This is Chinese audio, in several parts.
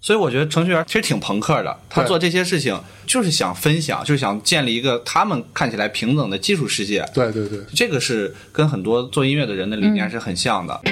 所以我觉得程序员其实挺朋克的，他做这些事情就是想分享，就是想建立一个他们看起来平等的技术世界。 对对对， 这个是跟很多做音乐的人的理念是很像的。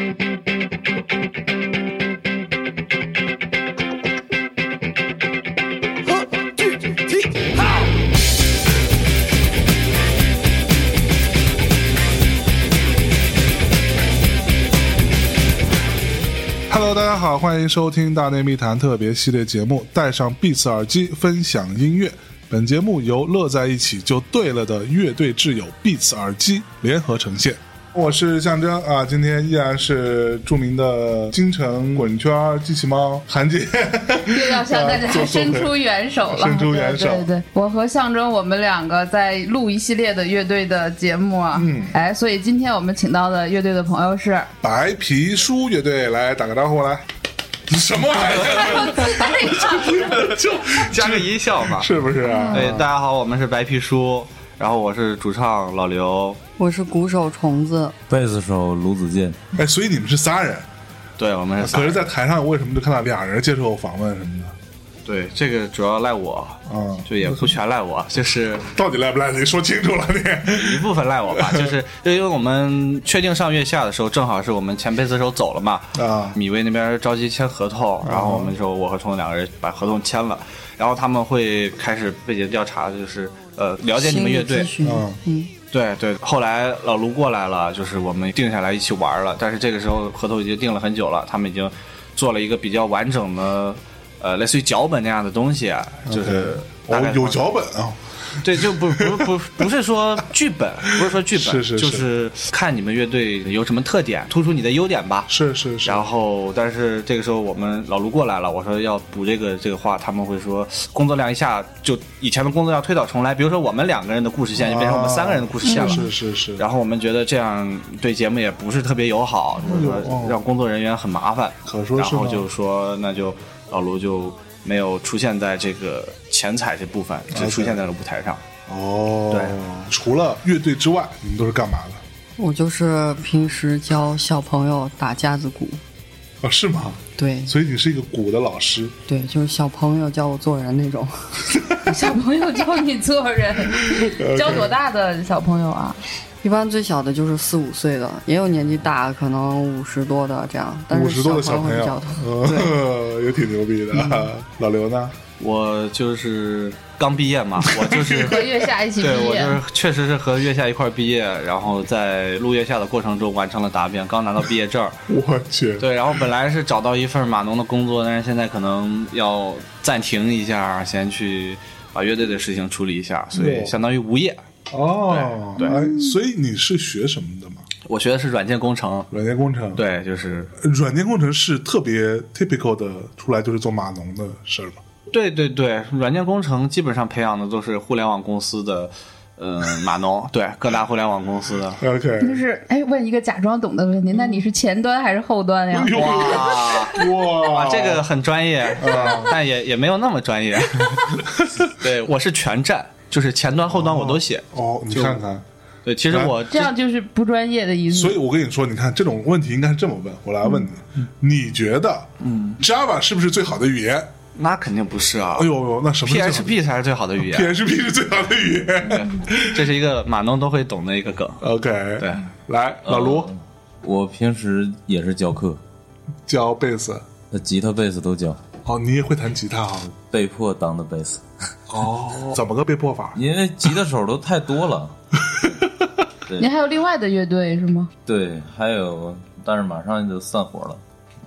Hello， 大家好，欢迎收听大内密谈特别系列节目，戴上 Beats 耳机分享音乐。本节目由乐在一起就对了的乐队挚友 Beats 耳机联合呈现。我是象征啊，今天依然是著名的京城滚圈机器猫韩姐， 又要向大家伸出援手了。 伸出援手， 对对对，我和象征我们两个在录一系列的乐队的节目啊，所以今天我们请到的乐队的朋友是白皮书乐队，来打个招呼来。什么玩意儿？ 就加个音效嘛， 是不是啊？ 对，大家好，我们是白皮书，然后我是主唱老刘， 我是鼓手虫子， 贝斯手卢子健。 哎，所以你们是仨人？ 对，我们是仨人。 可是，在台上为什么就看到俩人接受访问什么的？ 对，这个主要赖我，就也不全赖我，就是到底赖不赖？你说清楚了，你一部分赖我吧，就是因为我们确定上月下的时候，正好是我们前贝斯手走了嘛，米薇那边着急签合同，然后我们说我和虫两个人把合同签了，然后他们会开始背景调查，就是了解你们乐队，对对，后来老卢过来了，就是我们定下来一起玩了，但是这个时候合同已经定了很久了，他们已经做了一个比较完整的。类似于脚本那样的东西啊，就是有脚本啊， 对，就不是说剧本，不是说剧本， 是就是看你们乐队有什么特点，突出你的优点吧。 是。 然后，但是这个时候我们老卢过来了，我说要补这个话，他们会说工作量一下就以前的工作要推倒重来，比如说我们两个人的故事线就变成我们三个人的故事线了。 是。 然后我们觉得这样对节目也不是特别友好，就是说让工作人员很麻烦。 可说是。 然后就说那就。老卢就没有出现在这个前彩这部分，只出现在了舞台上。 对，除了乐队之外，你们都是干嘛的？ 我就是平时教小朋友打架子鼓。 是吗？ 对， 所以你是一个鼓的老师。 对，就是小朋友教我做人那种。 小朋友教你做人，教多大的小朋友啊？ 一般最小的就是4、5岁的，也有年纪大，可能50多的这样。但是 50多的小朋友教的， 也挺牛逼的。老刘呢？ 我就是刚毕业嘛，我就是和月下一起毕业。 对，我就是确实是和月下一块毕业，然后在录月下的过程中完成了答辩，刚拿到毕业证。 我去。 对，然后本来是找到一份码农的工作，但是现在可能要暂停一下，先去把乐队的事情处理一下，所以相当于无业。对， 所以你是学什么的吗？ 我学的是软件工程。 软件工程， 对，就是软件工程是特别 typical 的，出来就是做码农的事儿吗？ 对对对，软件工程基本上培养的都是互联网公司的码农，对，各大互联网公司的。 OK， 就是问一个假装懂的问题，那你是前端还是后端呀？ 哇，这个很专业，但也没有那么专业。对，我是全站。就是前端后端我都写你看看， 对，其实我这样就是不专业的意思。 所以我跟你说，你看这种问题应该是这么问，我来问你，你觉得Java 是不是最好的语言？ 那肯定不是啊！ 哎呦，那什么 PHP 才是最好的语言 ？PHP 是最好的语言， 这是一个码农都会懂的一个梗。 OK， 对，来老卢， 我平时也是教课， 教贝斯， 吉他、贝斯都教。 你也会弹吉他啊？ 被迫当的贝斯。 怎么个被迫法？ 因为吉他手都太多了。 你还有另外的乐队是吗？ 对，还有，但是马上就散伙了。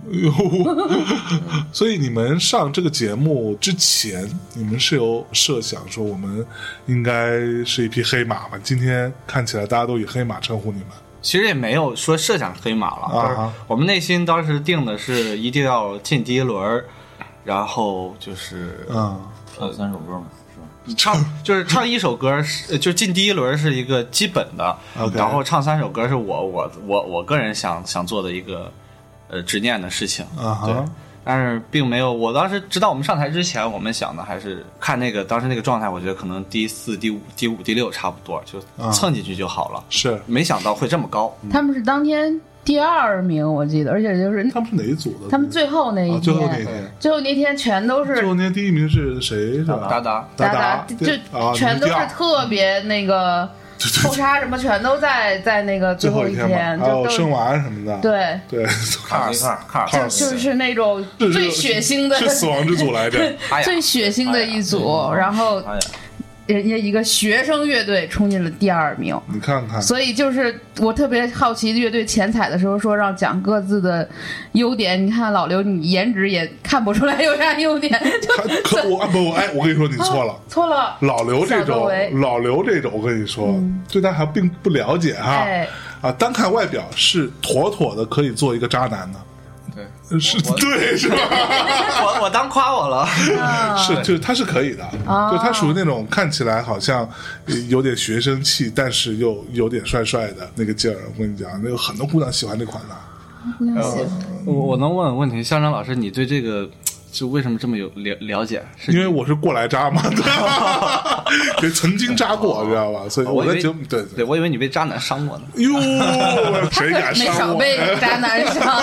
所以你们上这个节目之前，你们是有设想说我们应该是一匹黑马吗？今天看起来大家都以黑马称呼你们。 其实也没有说设想黑马了，我们内心当时定的是一定要进第一轮，然后就是唱3首歌嘛， 是吧？唱一首歌就进第一轮是一个基本的，然后唱3首歌是我个人想做的一个执念的事情，对。但是并没有，我当时直到我们上台之前，我们想的还是看那个当时那个状态，我觉得可能第4、第5、第6差不多，就蹭进去就好了。 是， 没想到会这么高。 他们是当天第2名我记得，而且就是他们是哪一组的？ 他们最后那一天，最后那天全都是。 最后那天第1名是谁？是吧？ 达达，就全都是特别那个后沙什么，全都在那个最后一天， 还有生完什么的。对， 卡尔就是那种最血腥的， 是死亡之组来着， 最血腥的一组，然后。人家一个学生乐队冲进了第2名， 你看看。所以就是我特别好奇，乐队前采的时候说让讲各自的优点。你看老刘，你颜值也看不出来有啥优点。 我跟你说，你错了， 错了。 老刘这种，我跟你说，对他还并不了解哈。单看外表是妥妥的可以做一个渣男的。 对， 是吧？ 我当夸我了， 就是他是可以的，就他属于那种看起来好像有点学生气，但是又有点帅帅的那个劲儿。我跟你讲，那有很多姑娘喜欢这款的。 姑娘喜欢。 我能问问题，校长老师，你对这个就为什么这么有了解？ 因为我是过来渣嘛，对，曾经渣过，知道吧？所以我在节目对， 我以为你被渣男伤过呢。 哟，谁敢伤我？ 没少被渣男伤。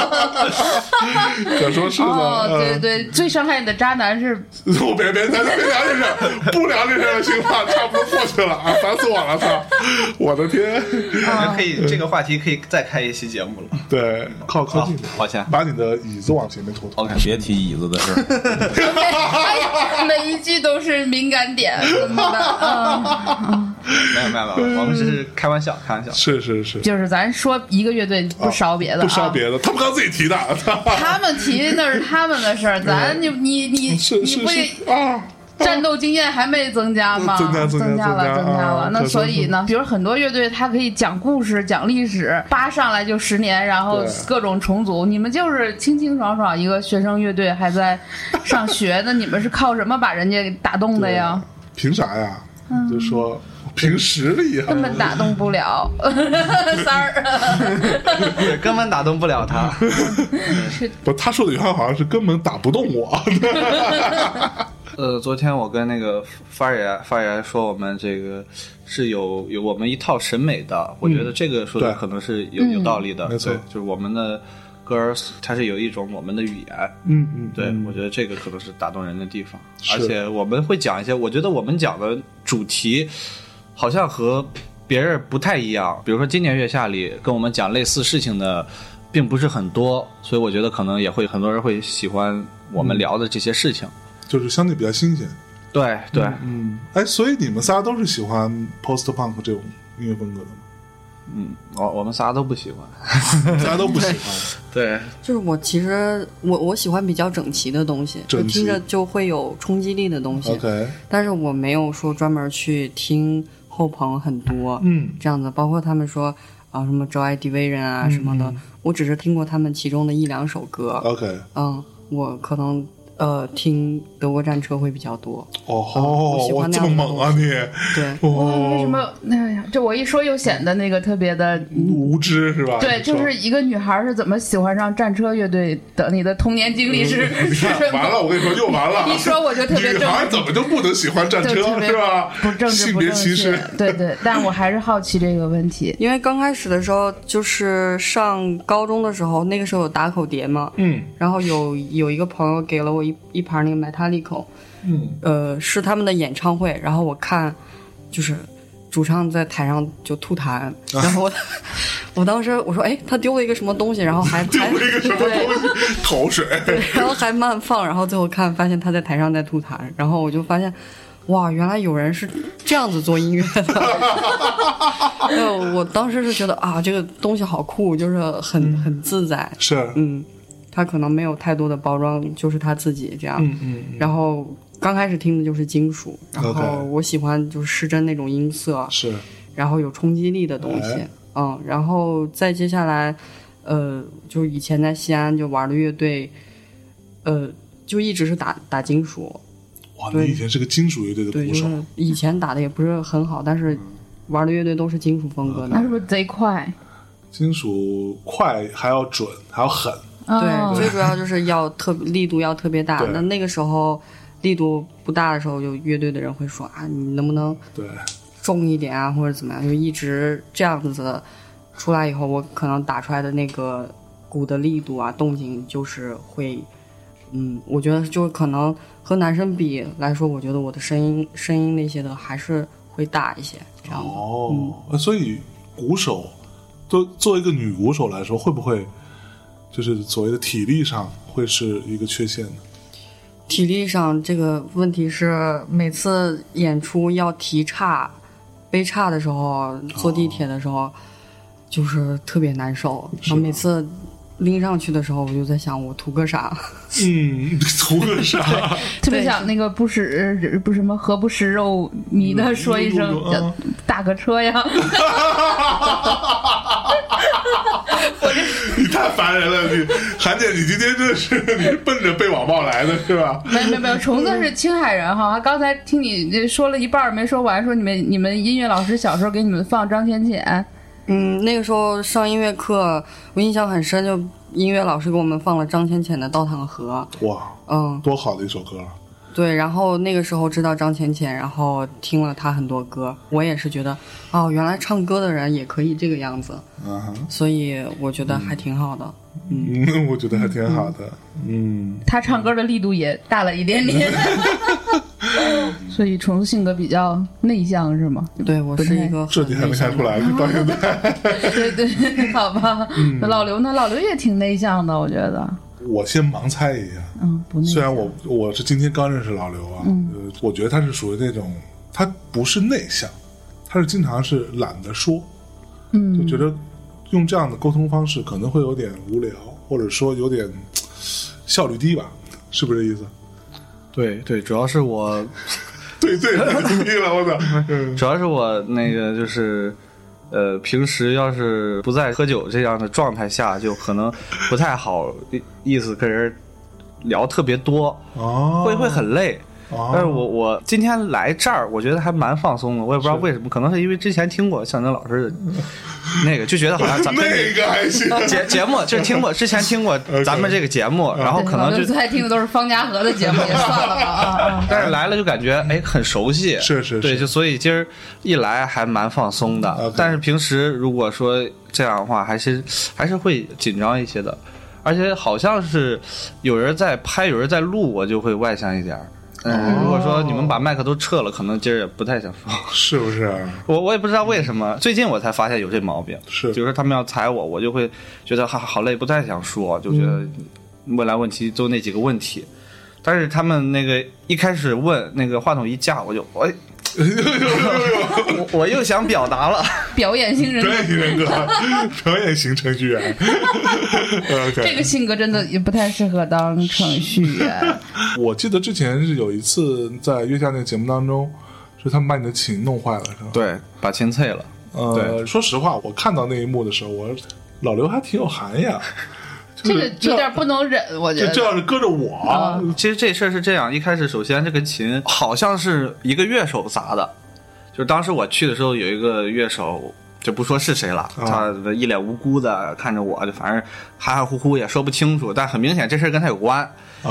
可说是呢。 对，最伤害你的渣男是。 我别聊这事，不聊这事的情况差不多过去了啊！烦死我了，操！我的天， 可以这个话题可以再开一期节目了。 对，靠近点， 抱歉， 把你的椅子往前面拖。 OK， 别提椅子的事。 每一句都是敏感点，怎么办？ 没有，我们只是开玩笑。 是， 就是咱说一个乐队不烧别的， 不烧别的，他们刚自己提的， 他们提那是他们的事儿，咱你不得战斗经验还没增加吗？增加了。那所以呢，比如很多乐队，它可以讲故事、讲历史，叭上来就10年，然后各种重组。你们就是清清爽爽一个学生乐队，还在上学，那你们是靠什么把人家给打动的呀？ 凭啥呀？就说凭实力啊， 根本打动不了三儿， 根本打动不了他。 不，他说的原话好像是根本打不动我。 昨天我跟那个发爷说，我们这个是有我们一套审美的，我觉得这个说的可能是有道理的。 没错， 就是我们的歌它是有一种我们的语言。对，我觉得这个可能是打动人的地方。而且我们会讲一些，我觉得我们讲的主题好像和别人不太一样。比如说今年月下里跟我们讲类似事情的并不是很多，所以我觉得可能也会很多人会喜欢我们聊的这些事情。 就是相对比较新鲜。 对， 所以你们仨都是喜欢 post punk 这种音乐风格的吗？ 我们仨都不喜欢， 仨都不喜欢。 对， 就是我其实我喜欢比较整齐的东西，就听着就会有冲击力的东西。 OK， 但是我没有说专门去听后朋很多，这样子，包括他们说什么 Joy Division 啊什么的，我只是听过他们其中的1-2首歌。 OK， 我可能。听德国战车会比较多。 哇，这么猛啊你！ 对， 为什么？这我一说又显得那个特别的无知是吧？ 对，就是一个女孩是怎么喜欢上战车乐队的？你的童年经历是完了，我跟你说又完了。 一说我就特别正直。 女孩怎么就不能喜欢战车是吧？ 不正直， 性别歧视。 对，但我还是好奇这个问题， 因为刚开始的时候就是上高中的时候，那个时候有打口碟嘛，然后有一个朋友给了我一盘那个 Metallica，是他们的演唱会，然后我看就是主唱在台上就吐痰，然后我当时我说他丢了一个什么东西，然后还丢了一个什么东西，口水， 然后还慢放，然后最后发现他在台上在吐痰，然后我就发现哇，原来有人是这样子做音乐的。我当时是觉得这个东西好酷，就是很自在， 是他可能没有太多的包装，就是他自己这样。然后刚开始听的就是金属，然后我喜欢就是失真那种音色， 是， 然后有冲击力的东西，然后再接下来，就以前在西安就玩的乐队，就一直是打金属。 哇，你以前是个金属乐队的鼓手？ 对，就是以前打的也不是很好，但是玩的乐队都是金属风格的。 那是不是贼快？ 金属快还要准还要狠。 对，最主要就是力度要特别大。那个时候力度不大的时候，就乐队的人会说你能不能重一点啊，或者怎么样，就一直这样子的出来以后，我可能打出来的那个鼓的力度啊、动静就是会，我觉得就可能和男生比来说，我觉得我的声音那些的还是会大一些。这样所以鼓手，作为一个女鼓手来说，会不会就是所谓的体力上会是一个缺陷呢？ 体力上这个问题是每次演出要提叉、背叉的时候，坐地铁的时候，就是特别难受。我每次拎上去的时候，我就在想，我图个啥？ 图个啥？ 特别想那个不食不什么何不食肉糜的说一声，打个车呀！ 你太烦人了，你韩姐，你今天真的是你奔着被网暴来的是吧？ 没有，虫子是青海人哈。刚才听你说了一半没说完，说你们音乐老师小时候给你们放张浅浅。 那个时候上音乐课，我印象很深，就音乐老师给我们放了张浅浅的《稻塘河》。 哇，多好的一首歌。 对，然后那个时候知道张浅浅，然后听了他很多歌，我也是觉得，原来唱歌的人也可以这个样子，所以我觉得还挺好的。 我觉得还挺好的。 他唱歌的力度也大了一点点。所以虫子性格比较内向是吗？ 对，我是一个这你还没看出来到现在。 对，好吧。老刘呢？老刘也挺内向的，我觉得。 我先盲猜一下， 不内向。 虽然我是今天刚认识老刘啊，我觉得他是属于那种，他不是内向，他是经常是懒得说，就觉得用这样的沟通方式可能会有点无聊，或者说有点效率低吧，是不是这意思？ 对，主要是我， 对，同意了，我操， 主要是我那个就是。平时要是不在喝酒这样的状态下，就可能不太好意思跟人聊特别多，会很累。但是我今天来这儿，我觉得还蛮放松的，我也不知道为什么，可能是因为之前听过向真老师的那个，就觉得好像咱们那个还行节目就之前听过咱们这个节目，然后可能就最爱听的都是方家河的节目，也算了吧。 但是来了就感觉很熟悉， 是对，就所以今儿一来还蛮放松的。但是平时如果说这样的话，还是会紧张一些的，而且好像是有人在拍，有人在录，我就会外向一点。如果说你们把麦克都撤了，可能今儿也不太想说， 是不是？ 我也不知道为什么，最近我才发现有这毛病，就是他们要踩我就会觉得好累，不太想说，就觉得问来问去都那几个问题。但是他们那个一开始问那个话筒一架，我就我又想表达了， 表演型人格， 表演型程序员。 这个性格真的也不太适合当程序员。 我记得之前是有一次在月下那个节目当中，是他们把你的琴弄坏了，是吧？ 对，把琴碎了。对， 说实话，我看到那一幕的时候，老刘还挺有涵养。 这个有点不能忍，我觉得。 这要是搁着我， 其实这事儿是这样，一开始首先这个琴好像是一个乐手砸的，就是当时我去的时候有一个乐手，就不说是谁了，他一脸无辜的看着我，就反正含含糊糊也说不清楚，但很明显这事儿跟他有关。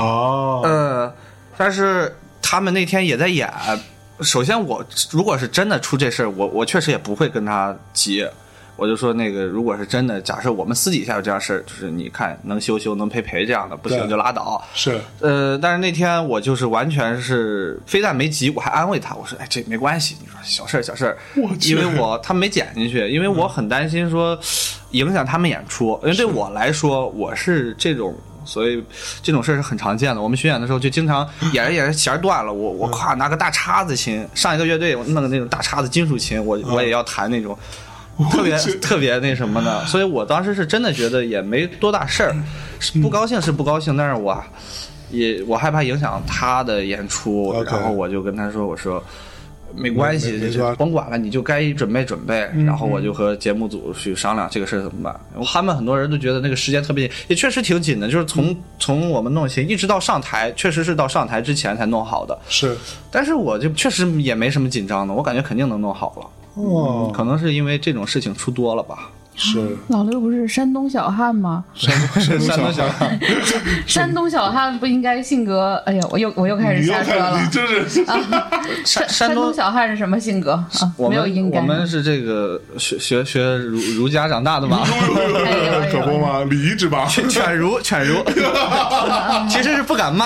但是他们那天也在演。首先我如果是真的出这事儿，我确实也不会跟他急。我就说那个，如果是真的，假设我们私底下有这样事儿，就是你看能修能赔这样的，不行就拉倒。 是， 但是那天我就是完全是非但没急，我还安慰他，我说，这没关系，你说小事儿，因为他们没剪进去，因为我很担心说影响他们演出，因为对我来说，我是这种。所以这种事是很常见的。我们巡演的时候就经常演着演着弦断了，我咵拿个大叉子琴，上一个乐队我弄个那种大叉子金属琴，我也要弹那种。特别那什么的，所以我当时是真的觉得也没多大事儿，不高兴是不高兴，但是我害怕影响他的演出，然后我就跟他说，我说没关系，甭管了，你就该准备准备。然后我就和节目组去商量这个事怎么办。他们很多人都觉得那个时间特别紧，也确实挺紧的，就是从我们弄琴一直到上台，确实是到上台之前才弄好的。 是， 但是我就确实也没什么紧张的，我感觉肯定能弄好了。可能是因为这种事情出多了吧。 是老刘不是山东小汉吗？ 山东小汉， 山东小汉不应该性格？哎呀，我又开始瞎说了。 你这是山东小汉是什么性格啊？没有应该。 我们是这个学儒家长大的嘛， 可不嘛，礼仪之邦， 犬儒，其实是不敢骂。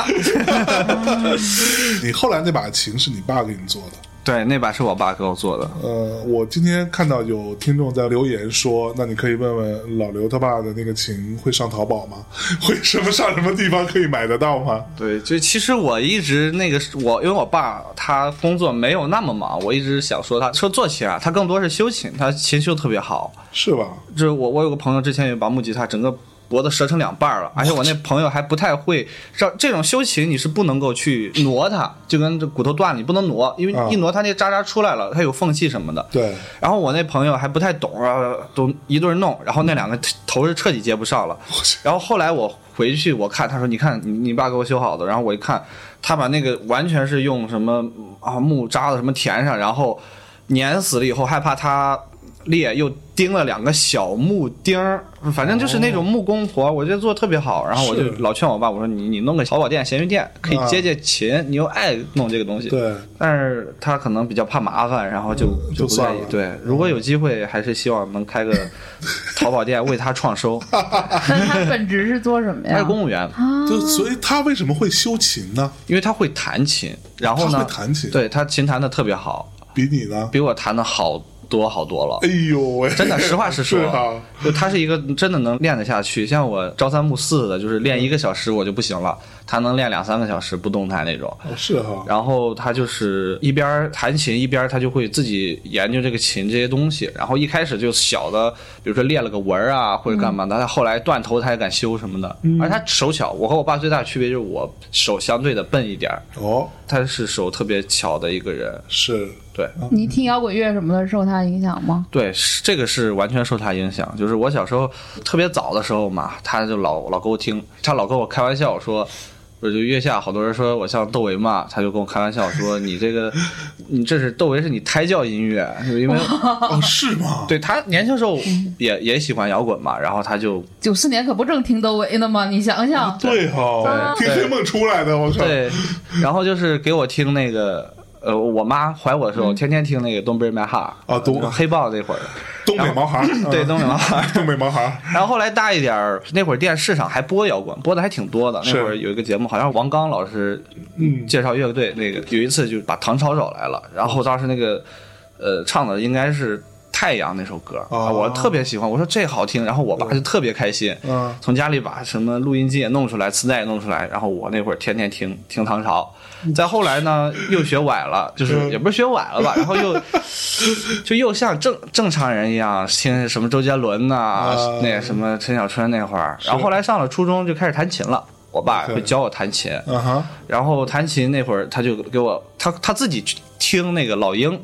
你后来那把琴是你爸给你做的？ 对，那把是我爸给我做的。 我今天看到有听众在留言说，那你可以问问老刘他爸的那个琴会上淘宝吗？会上什么地方可以买得到吗？ 对，就其实我一直因为我爸他工作没有那么忙，我一直想说做琴啊，他更多是修琴，他琴修特别好， 是吧？ 就是我有个朋友之前有把木吉他整个脖子折成2半了，而且我那朋友还不太会，这种修琴你是不能够去挪它，就跟这骨头断了你不能挪，因为一挪它那渣出来了，它有缝隙什么的。 对。 然后我那朋友还不太懂，都一顿弄，然后那2个头是彻底接不上了。然后后来我回去我看，他说你看你爸给我修好的，然后我一看他把那个完全是用什么木渣子什么填上，然后粘死了以后害怕它裂，又钉了2个小木钉，反正就是那种木工活，我觉得做得特别好。然后我就老劝我爸，我说你弄个淘宝店、闲鱼店，可以接琴，你又爱弄这个东西。 对。 但是他可能比较怕麻烦，然后就不愿意。对，如果有机会，还是希望能开个淘宝店为他创收。 他本职是做什么呀？ 他是公务员。 所以他为什么会修琴呢？ 因为他会弹琴，然后呢， 他会弹琴， 对，他琴弹得特别好。 比你呢？ 比我弹得好多了。 哎呦喂， 真的，实话实说，就他是一个真的能练得下去。像我朝3暮4的，就是练1个小时我就不行了，他能练2-3个小时不动弹那种。 是哈。 然后他就是一边弹琴一边他就会自己研究这个琴这些东西。然后一开始就小的，比如说裂了个纹啊或者干嘛的，他后来断头他也敢修什么的。而他手巧，我和我爸最大的区别就是我手相对的笨一点。他是手特别巧的一个人。 是。 对， 你听摇滚乐什么的受他影响吗？ 对，这个是完全受他影响。就是我小时候特别早的时候嘛，他就老给我听，他老跟我开玩笑说，就月下好多人说我像窦唯嘛，他就跟我开玩笑说你这是窦唯是你胎教音乐，因为是吗？ 对，他年轻时候也喜欢摇滚嘛，然后他就 94年可不正听窦唯的吗？你想想。 对哈，听黑梦出来的，我靠。 对，然后就是给我听那个。我妈怀我的时候，天天听那个《Don't Break My Heart》黑豹那会儿， 东北毛孩， 对，东北毛孩， 东北毛孩。 然后后来大一点，那会儿电视上还播摇滚，播的还挺多的。那会儿有一个节目，好像王刚老师介绍乐队，那个有一次就把唐朝找来了，然后当时那个唱的应该是太阳那首歌，我特别喜欢，我说这好听，然后我爸就特别开心，从家里把什么录音机也弄出来，磁带也弄出来，然后我那会儿天天听唐朝。再后来呢，又学崴了，就是也不是学崴了吧，然后又像正常人一样听什么周杰伦呐，那什么陈小春那会儿，然后后来上了初中就开始弹琴了。我爸会教我弹琴，然后弹琴那会儿他就给我他自己听那个老鹰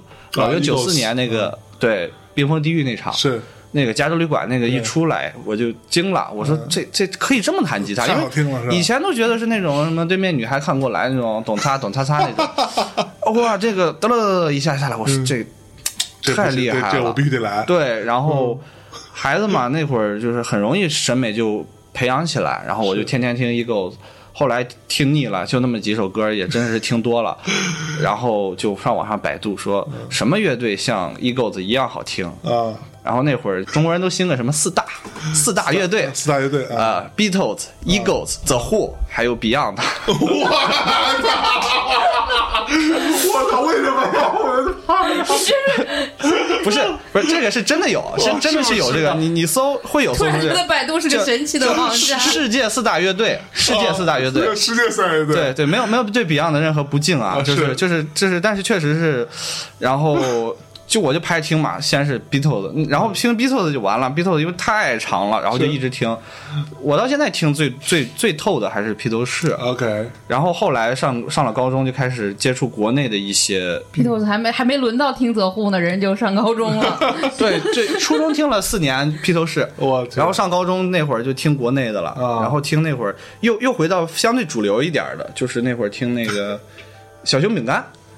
94年那个对冰封地狱那场是。 那个加州旅馆那个一出来我就惊了，我说这可以这么弹吉他，因为以前都觉得是那种什么对面女孩看过来那种懂擦那种，哇，这个得了一下下来，我说这太厉害了， 这我必须得来。 对，然后孩子嘛那会儿就是很容易审美就培养起来，然后我就天天听 Eagles。后来听腻了，就那么几首歌，也真是听多了，然后就上网上百度说什么乐队像 Eagles 一样好听啊。然后那会儿中国人都兴个什么四大乐队啊，Beatles、Eagles、The Who 还有 Beyond。 我操！为什么呀？ 不是，这个是真的有，真的是有这个。你搜会有搜出来。 百度是个神奇的网站。 世界四大乐队，世界四大乐队，对，没有对 Beyond 的任何不敬啊，就是，但是确实是，然后。我就拍听嘛，先是 Beatles， 然后听 Beatles 就完了 ，Beatles 因为太长了，然后就一直听。我到现在听最透的还是披头士。 OK。 然后后来上了高中就开始接触国内的一些。 披头士还没轮到听The Who呢，人就上高中了。 对，这初中听了4年披头士，然后上高中那会儿就听国内的了，然后听那会儿又回到相对主流一点的，就是那会儿听那个小熊饼干。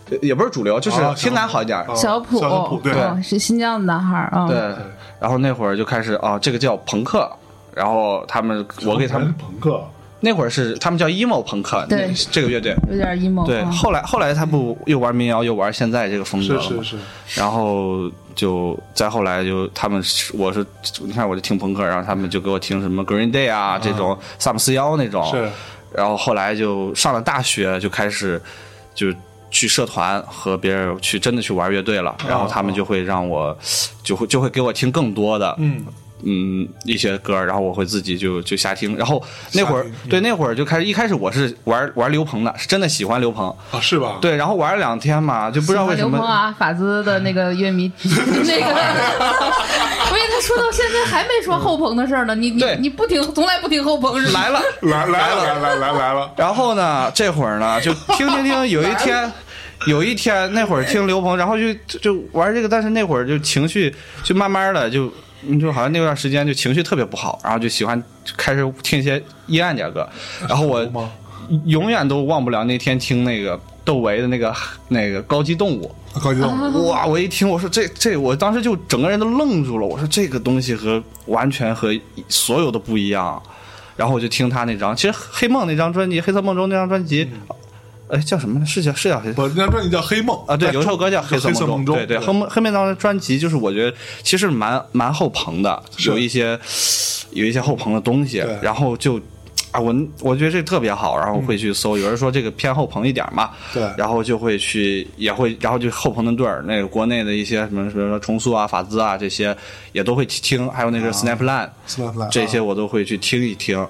也不是主流，就是天南好一点。 小普对， 是新疆的男孩啊。 对，然后那会儿就开始这个叫朋克，然后我给他们朋克。 那会儿是他们叫 emo 朋克， 对这个乐队有点 emo。 对，后来他不又玩民谣又玩现在这个风格了吗？ 是。 然后就再后来就他们你看我就听朋克，然后他们就给我听什么 Green Day 啊这种萨姆41那种。 是。 然后后来就上了大学，就开始就去社团和别人真的去玩乐队了，然后他们就会让我就会给我听更多的一些歌，然后我会自己就瞎听。然后那会儿那会儿就一开始我是玩刘鹏的，是真的喜欢刘鹏啊，是吧？ 对，然后玩了2天嘛，就不知道为什么刘鹏啊，法兹的那个乐迷那个，因为他说到现在还没说后鹏的事儿呢，你不听，从来不听后鹏是来了。然后呢，这会儿呢就听，有一天那会儿听刘鹏，然后就玩这个，但是那会儿就情绪就慢慢的就好像那段时间就情绪特别不好，然后就喜欢开始听一些阴暗点歌，然后我永远都忘不了那天听那个窦唯的那个高级动物，哇！我一听我说这我当时就整个人都愣住了，我说这个东西完全和所有的不一样，然后我就听他那张，其实黑梦那张专辑，黑色梦中那张专辑。叫什么呢？是叫黑？ 我那张专辑叫《黑梦》 啊，对，有一首歌叫《黑色梦中》。对，黑梦那张专辑就是我觉得其实蛮后朋的，有一些后朋的东西，然后就我觉得这特别好，然后会去搜，有人说这个偏后朋一点嘛， 对， 然后就会去然后就后朋的队儿，那个国内的一些什么说重塑啊、法兹啊这些也都会听，还有那个 Snapland 这些我都会去听一听。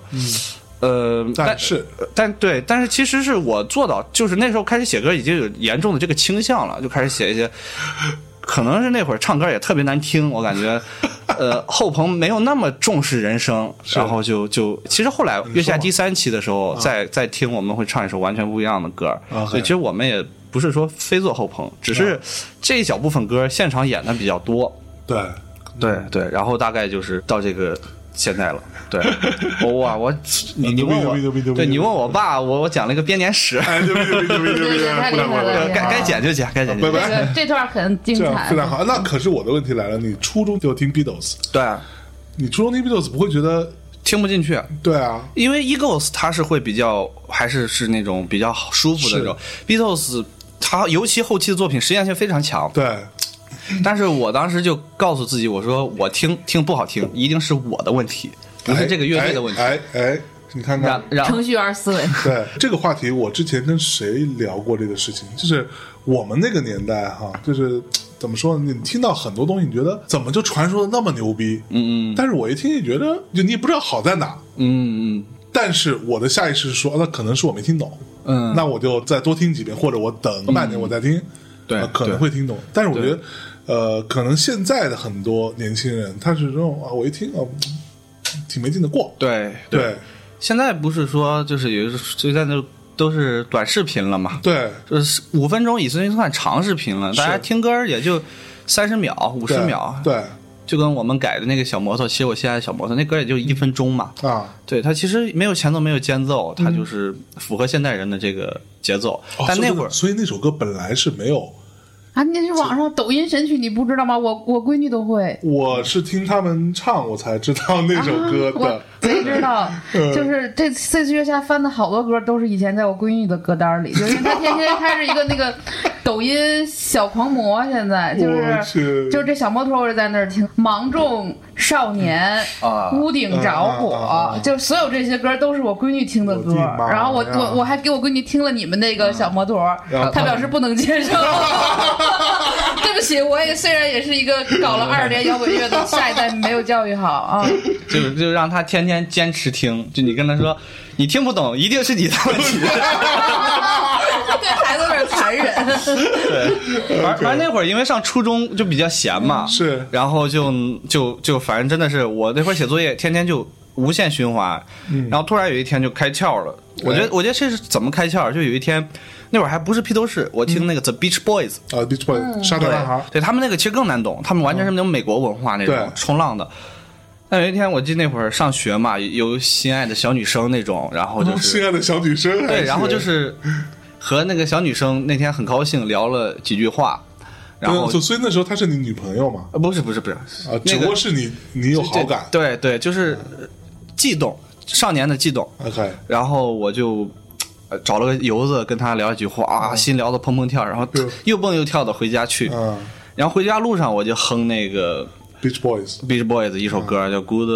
但是其实是我做到，就是那时候开始写歌已经有严重的这个倾向了，就开始写一些，可能是那会儿唱歌也特别难听，我感觉，后朋没有那么重视人声，然后就其实后来月下第3期的时候，再听我们会唱一首完全不一样的歌，所以其实我们也不是说非做后朋，只是这一小部分歌现场演的比较多，对，然后大概就是到这个现在了。对，你问我，对你问我爸，我讲了一个编年史， 太厉害了， 该剪就剪，该剪就剪。 这段很精彩， 非常好。那可是我的问题来了，你初中就听 Beatles， 对啊， 你初中听 Beatles 不会觉得听不进去？ 对啊， 因为 Eagles 它是会比较还是那种比较舒服的那种 Beatles， 它尤其后期的作品实验性非常强， 对。 但是我当时就告诉自己，我说我听不好听，一定是我的问题。不是这个乐队的问题。 你看看， 程序员思维。 对这个话题，我之前跟谁聊过这个事情？就是我们那个年代哈，就是怎么说呢？你听到很多东西，你觉得怎么就传说的那么牛逼？但是我一听，你觉得就你也不知道好在哪。但是我的下意识是说，那可能是我没听懂。那我就再多听几遍，或者我等半年我再听。 对， 可能会听懂。但是我觉得，可能现在的很多年轻人，他是这种我一听挺没劲的过。 对，现在不是说就是有现在都是短视频了嘛？ 对， 就是5分钟已经算长视频了，大家听歌也就30秒、50秒。 对， 就跟我们改的那个小摩托，其实我现在小摩托那歌也就1分钟嘛。对，它其实没有前奏，没有间奏，它就是符合现代人的这个节奏。但那会儿， 所以那首歌本来是没有。 那是网上抖音神曲，你不知道吗？我闺女都会。 我是听他们唱，我才知道那首歌的。 我谁知道？就是这次月下翻的好多歌都是以前在我闺女的歌单里，就是她天天她是一个那个抖音小狂魔，现在就是这小摩托我就在那儿听，芒种少年屋顶着火，就所有这些歌都是我闺女听的歌。然后我还给我闺女听了你们那个小摩托，她表示不能接受。对不起，我虽然也是一个搞了20年摇滚乐的下一代，没有教育好啊。 就让他天天坚持听，就你跟他说你听不懂，一定是你的问题。 对孩子有点残忍。 对，反正那会儿因为上初中就比较闲嘛， 是， 然后就反正真的是我那会儿写作业，天天就无限循环，然后突然有一天就开窍了。我觉得这是怎么开窍？就有一天。那会儿还不是披头士，我听那个 The Beach Boys Beach Boys 沙特男孩， 对他们那个其实更难懂，他们完全是那种美国文化那种冲浪的。但有一天我记得那会儿上学嘛，有心爱的小女生那种，然后就是心爱的小女生， 对，然后就是和那个小女生那天很高兴聊了几句话，然后所以那时候她是你女朋友吗？ 不是啊，只不过是你有好感， 对，就是悸动，少年的悸动。 OK， 然后我就找了个油子跟她聊几句话啊，心聊得砰砰跳，然后又蹦又跳的回家去，然后回家路上我就哼那个。 Beach Boys 一首歌叫 Good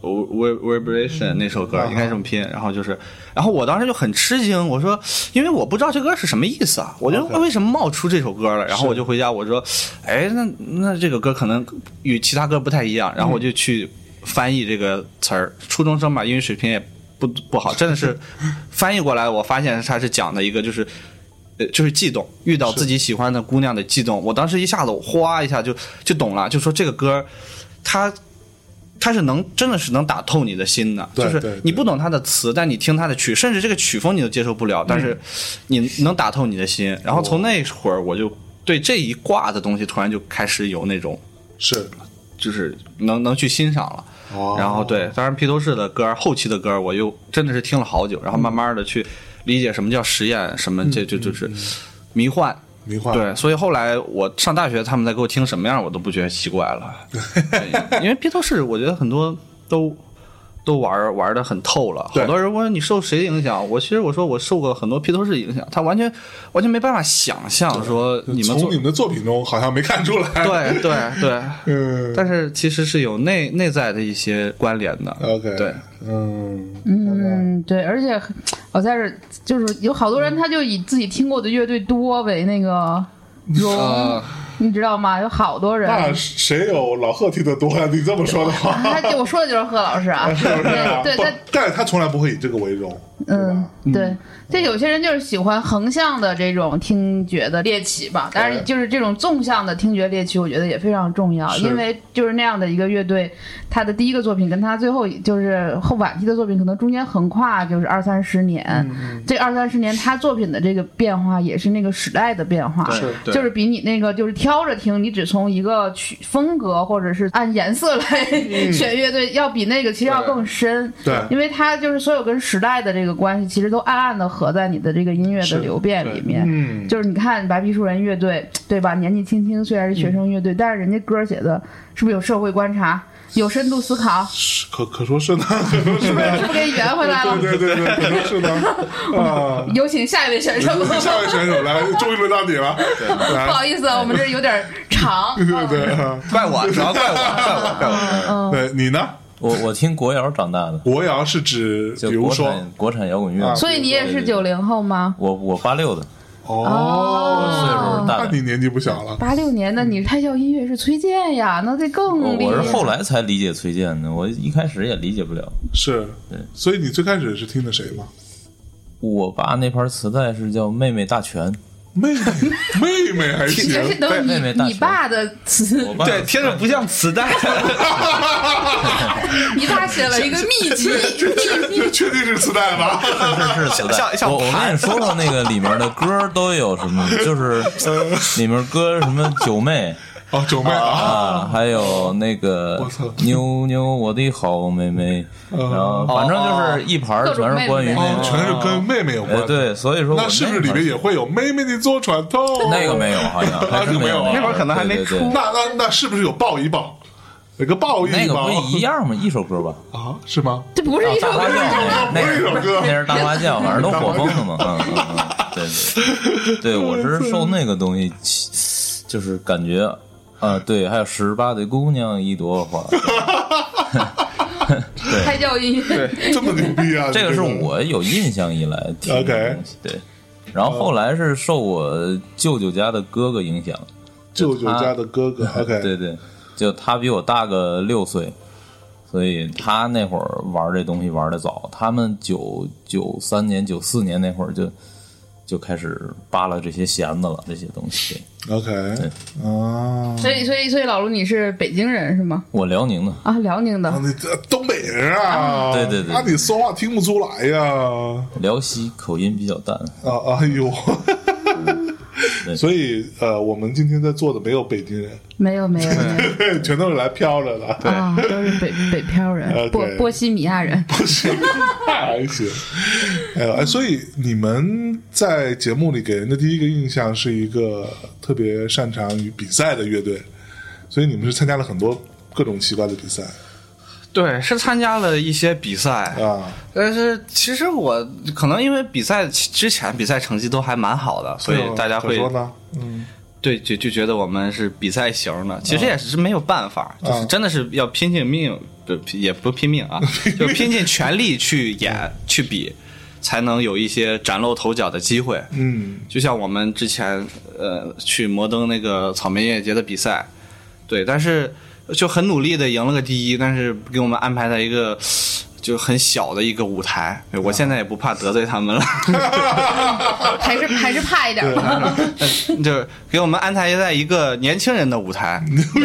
Vibration 那首歌应该这么拼，然后我当时就很吃惊，我说因为我不知道这歌是什么意思啊，我就为什么冒出这首歌了，然后我就回家我说哎那这个歌可能与其他歌不太一样，然后我就去翻译这个词儿，初中生嘛英语水平也不好，真的是翻译过来我发现它是讲的一个就是悸动，遇到自己喜欢的姑娘的悸动。我当时一下子哗一下就懂了，就说这个歌它是真的是能打透你的心的，就是你不懂它的词，但你听它的曲，甚至这个曲风你都接受不了，但是你能打透你的心。然后从那会儿我就对这一挂的东西突然就开始有那种就是能去欣赏了。然后对，当然披头士的歌后期的歌我又真的是听了好久，然后慢慢的去理解什么叫实验，什么这就是迷幻。对，所以后来我上大学他们在给我听什么样我都不觉得奇怪了。因为披头士我觉得很多都玩得很透了，好多人问你受谁影响，其实我说我受过很多披头士影响，他完全没办法想象说你们从你们的作品中好像没看出来。 对，但是其实是有内在的一些关联的。 OK， 对， 对，而且我在这就是有好多人他就以自己听过的乐队多为那个荣。你知道吗？有好多人。那谁有老贺听得多呀？你这么说的话， 我说的就是贺老师啊， 是不是？对，但是他从来不会以这个为荣。 对，这有些人就是喜欢横向的这种听觉的猎奇吧，但是就是这种纵向的听觉猎奇，我觉得也非常重要，因为就是那样的一个乐队，他的第一个作品跟他最后就是后晚期的作品，可能中间横跨就是20-30年，这20-30年他作品的这个变化也是那个时代的变化，就是比你那个就是挑着听，你只从一个曲风格或者是按颜色来选乐队，要比那个其实要更深， 对， 因为他就是所有跟时代的这个关系，其实都暗暗的合在你的这个音乐的流变里面。就是你看白皮书人乐队，对吧？年纪轻轻，虽然是学生乐队，但是人家歌写的是不是有社会观察？有深度思考， 可说是呢，是不是给你圆回来了？ 对，可说是呢。 有请下一位选手。 下一位选手来，终于轮到你了。 不好意思，我们这有点长。 对， 怪我，主要怪我。 对，你呢？ 我听国谣长大的。 国谣是指比如说国产摇滚乐， 所以你也是90后吗？ 我86的。岁数大，那你年纪不小了。 86年的你胎教音乐是崔健呀，那得更厉害。 我是后来才理解崔健的，我一开始也理解不了。 是，对，所以你最开始是听的谁吗？ 我爸那盘磁带是叫《妹妹大全》。 妹妹还行， 妹妹大全。 你爸的磁， 对，听着不像磁带。 你爸写了一个秘籍， 确定是磁带吧？ 是磁带。我跟你说说那个里面的歌都有什么，就是里面歌什么九妹。 九妹啊，还有那个妞妞我的好妹妹，然后反正就是一盘全是关于妹妹， 全是跟妹妹有关。 对，所以说那是不是里面也会有妹妹你坐船头？ 那个没有，好像那个没有， 那会儿可能还没出。 那是不是有抱一抱？那个抱一抱， 那个不一样吗？一首歌吧？ 啊，是吗？ 这不是一首歌， 不是一首歌， 那是大花轿，反正都火风的嘛。对，我是受那个东西，就是感觉。对，还有18的姑娘一朵花，对， 胎教音乐， 这么牛逼啊！ 这个是我有印象以来听的东西，对。然后后来是受我舅舅家的哥哥影响， 舅舅家的哥哥 ，OK， 对，就他比我大个6岁，所以他那会儿玩这东西玩的早，他们93年、94年那会儿就开始扒拉这些弦子了，这些东西。 OK， 所以老卢你是北京人是吗？ 我辽宁的啊，辽宁的， 你东北人啊？ 对， 那你说话听不出来呀？ 辽西口音比较淡哎呦， 所以我们今天在座的没有北京人， 没有， 全都是来飘着的， 对啊，都是北漂人，波西米亚人， 波西米亚还行。所以你们在节目里给人的第一个印象是一个特别擅长于比赛的乐队，所以你们是参加了很多各种奇怪的比赛。 对，是参加了一些比赛啊，但是其实我可能因为比赛之前比赛成绩都还蛮好的，所以大家会对就觉得我们是比赛型的，其实也是没有办法，就是真的是要拼尽命，也不拼命啊，就拼尽全力去演去比，才能有一些崭露头角的机会。就像我们之前去摩登那个草莓音乐节的比赛，对，但是就很努力的赢了个第一，但是给我们安排在一个就很小的一个舞台，我现在也不怕得罪他们了， 还是怕一点吧。 就是给我们安排在一个年轻人的舞台，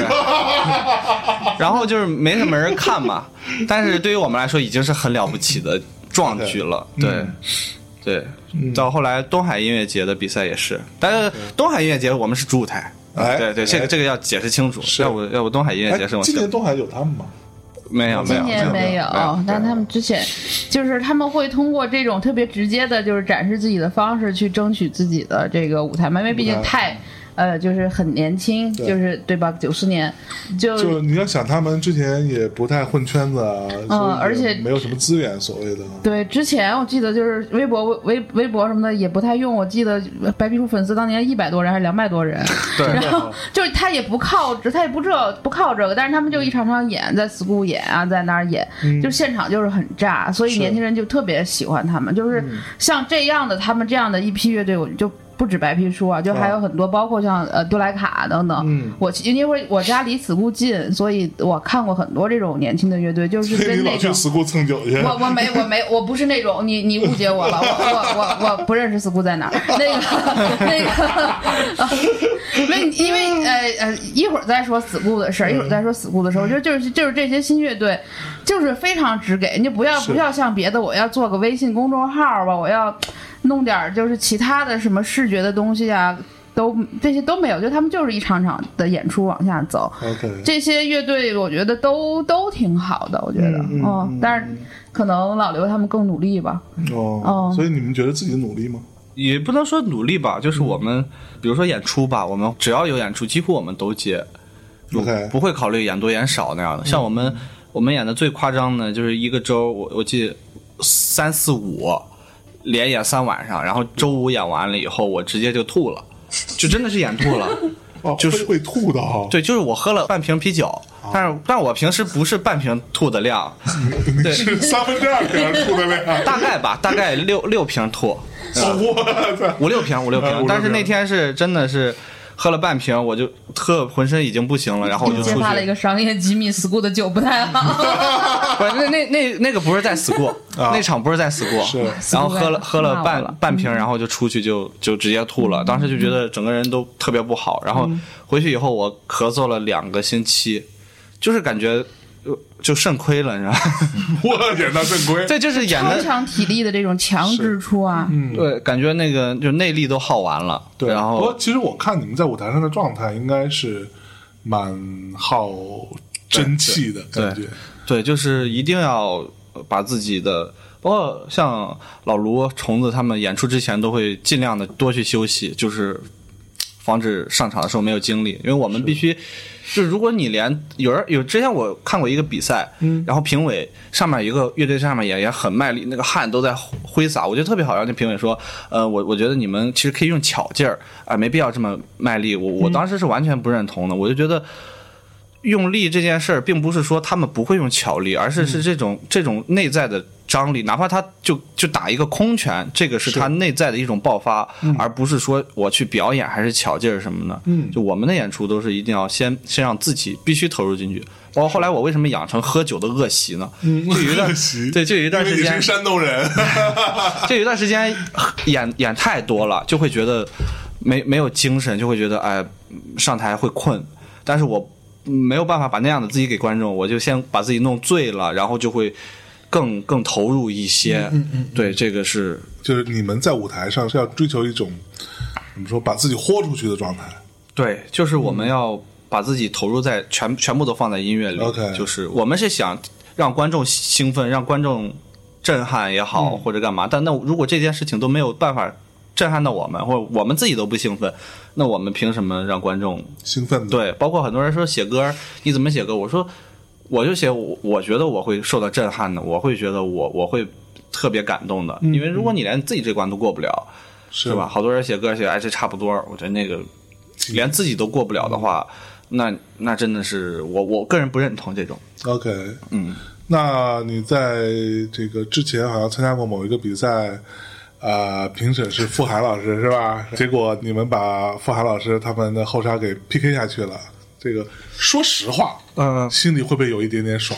然后就是没什么人看嘛，但是对于我们来说已经是很了不起的壮举了，对。到后来东海音乐节的比赛也是，但是东海音乐节我们是主舞台。对，这个要解释清楚。要不东海音乐节是我今年东海有他们吗？ 没有， 今年没有。但他们之前就是他们会通过这种特别直接的，就是展示自己的方式去争取自己的这个舞台嘛，因为毕竟太。就是很年轻，就是对吧？94年，就你要想，他们之前也不太混圈子啊， 而且没有什么资源，所谓的。 对，之前我记得就是微博什么的也不太用，我记得白皮书粉丝当年100多人还是200多人， 对， 然后就是他也不靠这个，但是他们就一场场演，在 school 演啊，在那儿演，就现场就是很炸，所以年轻人就特别喜欢他们，就是像这样的他们这样的一批乐队，我就。不止白皮书啊，就还有很多，包括像杜莱卡等等。因为我家离死库近，所以我看过很多这种年轻的乐队，就是跟那种。 死库蹭酒去。 我不是那种，你误解我了，我不认识死库在哪儿。因为一会儿再说死库的事儿，一会儿再说死库的事儿。我觉得就是这些新乐队，就是非常直给，你不要像别的，我要做个微信公众号吧，我要。弄点就是其他的什么视觉的东西啊，这些都没有，就他们就是一场场的演出往下走。这些乐队我觉得都挺好的，我觉得，但是可能老刘他们更努力吧。 所以你们觉得自己努力吗？ 也不能说努力吧，就是我们，比如说演出吧，我们只要有演出，几乎我们都接，不会考虑演多演少那样的。像我们演的最夸张的，就是一个周，我记得3、4、5。连演3晚上，然后周5演完了以后，我直接就吐了，就真的是演吐了， 就是会吐的哈。 对，就是我喝了半瓶啤酒，但我平时不是半瓶吐的量， 对，是2/3瓶吐的量， 大概六瓶吐，5、6瓶，但是那天是真的是。喝了半瓶，我就浑身已经不行了，然后我就出去。 揭发了一个商业机密 ，school 的酒不太好。 不是，那个不是在 school，那场不是在 school，然后喝了半瓶，然后就出去就直接吐了。当时就觉得整个人都特别不好，然后回去以后我咳嗽了2个星期，就是感觉。就肾亏了，你知道吗？ 我演到肾亏， 这就是演的超强体力的这种强支出啊。 对，感觉那个就内力都耗完了。 对， 然后不过其实我看你们在舞台上的状态应该是蛮耗真气的感觉。 对，就是一定要把自己的，包括像老卢、虫子他们演出之前都会尽量的多去休息，就是防止上场的时候没有精力，因为我们必须。就如果你连有之前我看过一个比赛，然后评委上面一个乐队上面也很卖力，那个汗都在挥洒，我觉得特别好。让那评委说，我觉得你们其实可以用巧劲儿啊，没必要这么卖力。我当时是完全不认同的，我就觉得用力这件事儿，并不是说他们不会用巧力，而是这种内在的张力，哪怕他就打一个空拳，这个是他内在的一种爆发，而不是说我去表演还是巧劲儿什么的。就我们的演出都是一定要先让自己必须投入进去。包括后来我为什么养成喝酒的恶习呢？就有一段时间，因为你是山东人， 就有一段时间演太多了，就会觉得没有精神，就会觉得上台会困，但是我没有办法把那样的自己给观众，我就先把自己弄醉了，然后就会更投入一些。对，这个是就是你们在舞台上是要追求一种怎么说，把自己豁出去的状态。 对，就是我们要把自己投入在全部都放在音乐里。 OK， 就是我们是想让观众兴奋，让观众震撼也好，或者干嘛。但那如果这件事情都没有办法震撼到我们，或者我们自己都不兴奋，那我们凭什么让观众兴奋？ 对，包括很多人说写歌你怎么写歌，我说我就写我觉得我会受到震撼的，我会觉得我会特别感动的，因为如果你连自己这关都过不了，是吧？好多人写歌写这差不多，我觉得那个连自己都过不了的话，那真的是我个人不认同这种。 OK， 那你在这个之前好像参加过某一个比赛，评审是傅涵老师是吧？结果你们把傅涵老师他们的后沙给 PK 下去了。这个说实话，心里会不会有一点点爽？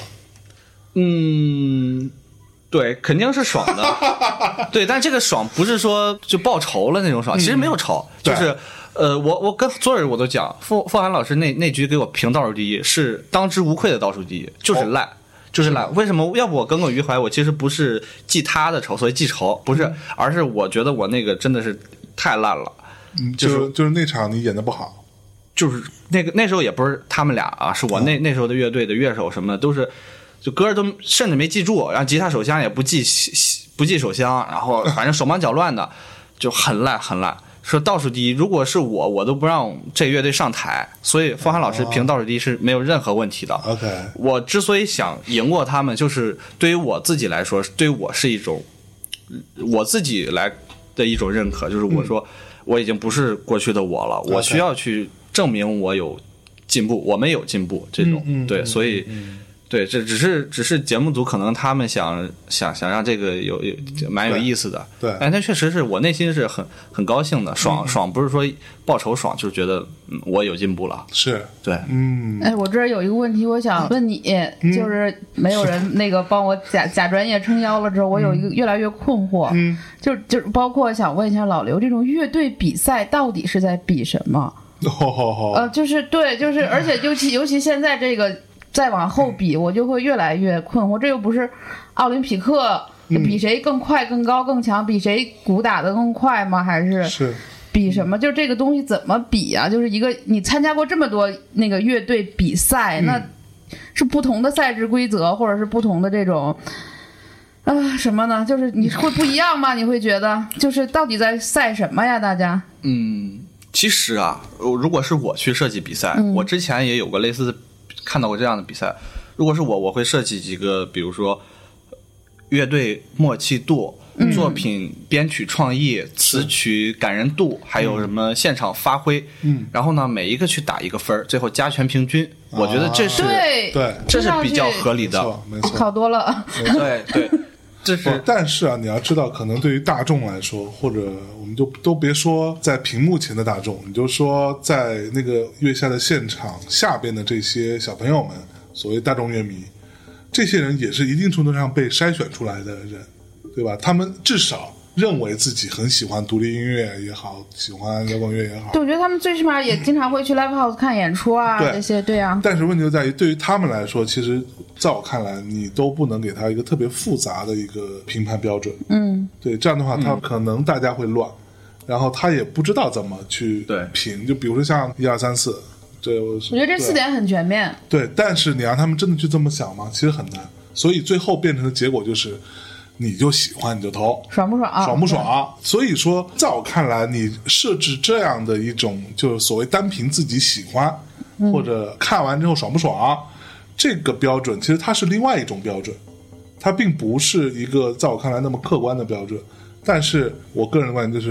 对，肯定是爽的。对，但这个爽不是说就报仇了那种爽，其实没有仇，就是我跟所有人我都讲，傅涵老师那局给我评倒数第一，是当之无愧的倒数第一，就是烂。就是烂，为什么？要不我耿耿于怀，我其实不是记他的仇，所以记仇不是，而是我觉得我那个真的是太烂了。 就是那场你演的不好， 就是那时候也不是他们俩啊，是我那时候的乐队的乐手什么的都是，就歌都甚至没记住，然后吉他手箱也不记手箱，然后反正手忙脚乱的，就很烂很烂。说倒数第一，如果是我都不让这乐队上台，所以傅涵老师评倒数第一是没有任何问题的。 OK， 我之所以想赢过他们，就是对于我自己来说，对于我是一种我自己来的一种认可，就是我说我已经不是过去的我了，我需要去证明我有进步，我们有进步这种。对，所以。对，这只是节目组可能他们想让这个有蛮有意思的， 对， 但它确实是我内心是很高兴的，爽不是说报仇爽，就是觉得我有进步了， 是对， 我这儿有一个问题，我想问你，就是没有人那个帮我假专业撑腰了之后，我有一个越来越困惑，就包括想问一下老刘，这种乐队比赛到底是在比什么？就是对，就是而且尤其现在这个。再往后比，我就会越来越困惑。这又不是奥林匹克，比谁更快、更高、更强，比谁鼓打得更快吗？还是比什么？就这个东西怎么比啊？就是一个你参加过这么多那个乐队比赛，那是不同的赛制规则，或者是不同的这种什么呢？就是你会不一样吗？你会觉得就是到底在赛什么呀？大家其实啊，如果是我去设计比赛，我之前也有过类似的。看到过这样的比赛，如果是我会设计几个，比如说乐队默契度、作品编曲创意、词曲感人度，还有什么现场发挥，然后呢每一个去打一个分，最后加权平均，我觉得这是对， 这是比较合理的， 没错， 好多了， 对。这是， 但是啊，你要知道，可能对于大众来说，或者我们就都别说在屏幕前的大众，你就说在那个月下的现场下边的这些小朋友们，所谓大众乐迷，这些人也是一定程度上被筛选出来的人，对吧？他们至少认为自己很喜欢独立音乐也好，喜欢摇滚乐也好， 对，我觉得他们最起码也经常会去 live house 看演出啊，这些对啊。 但是问题就在于，对于他们来说，其实在我看来，你都不能给他一个特别复杂的一个评判标准。对，这样的话，他可能大家会乱，然后他也不知道怎么去评。就比如说像1、2、3、4，我觉得这4点很全面。 对，但是你让他们真的去这么想吗？其实很难。所以最后变成的结果就是。你就喜欢你就投， 爽不爽？ 爽不爽？所以说，在我看来，你设置这样的一种，就是所谓单凭自己喜欢，或者看完之后爽不爽，这个标准其实它是另外一种标准，它并不是一个在我看来那么客观的标准。但是我个人的观点就是，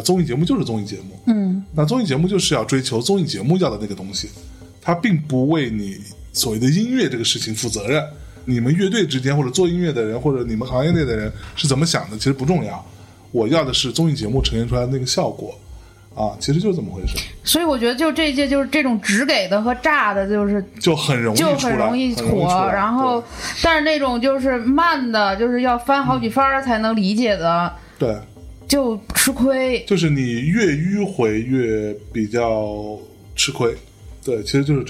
综艺节目就是综艺节目，那综艺节目就是要追求综艺节目要的那个东西，它并不为你所谓的音乐这个事情负责任。你们乐队之间或者做音乐的人或者你们行业内的人是怎么想的其实不重要，我要的是综艺节目呈现出来的那个效果啊，其实就是这么回事。 所以我觉得就这一届就是这种直给的和炸的就很容易火，然后但是那种就是慢的就是要翻好几番才能理解的， 对， 就吃亏， 就是你越迂回越比较吃亏，对，其实就是这样。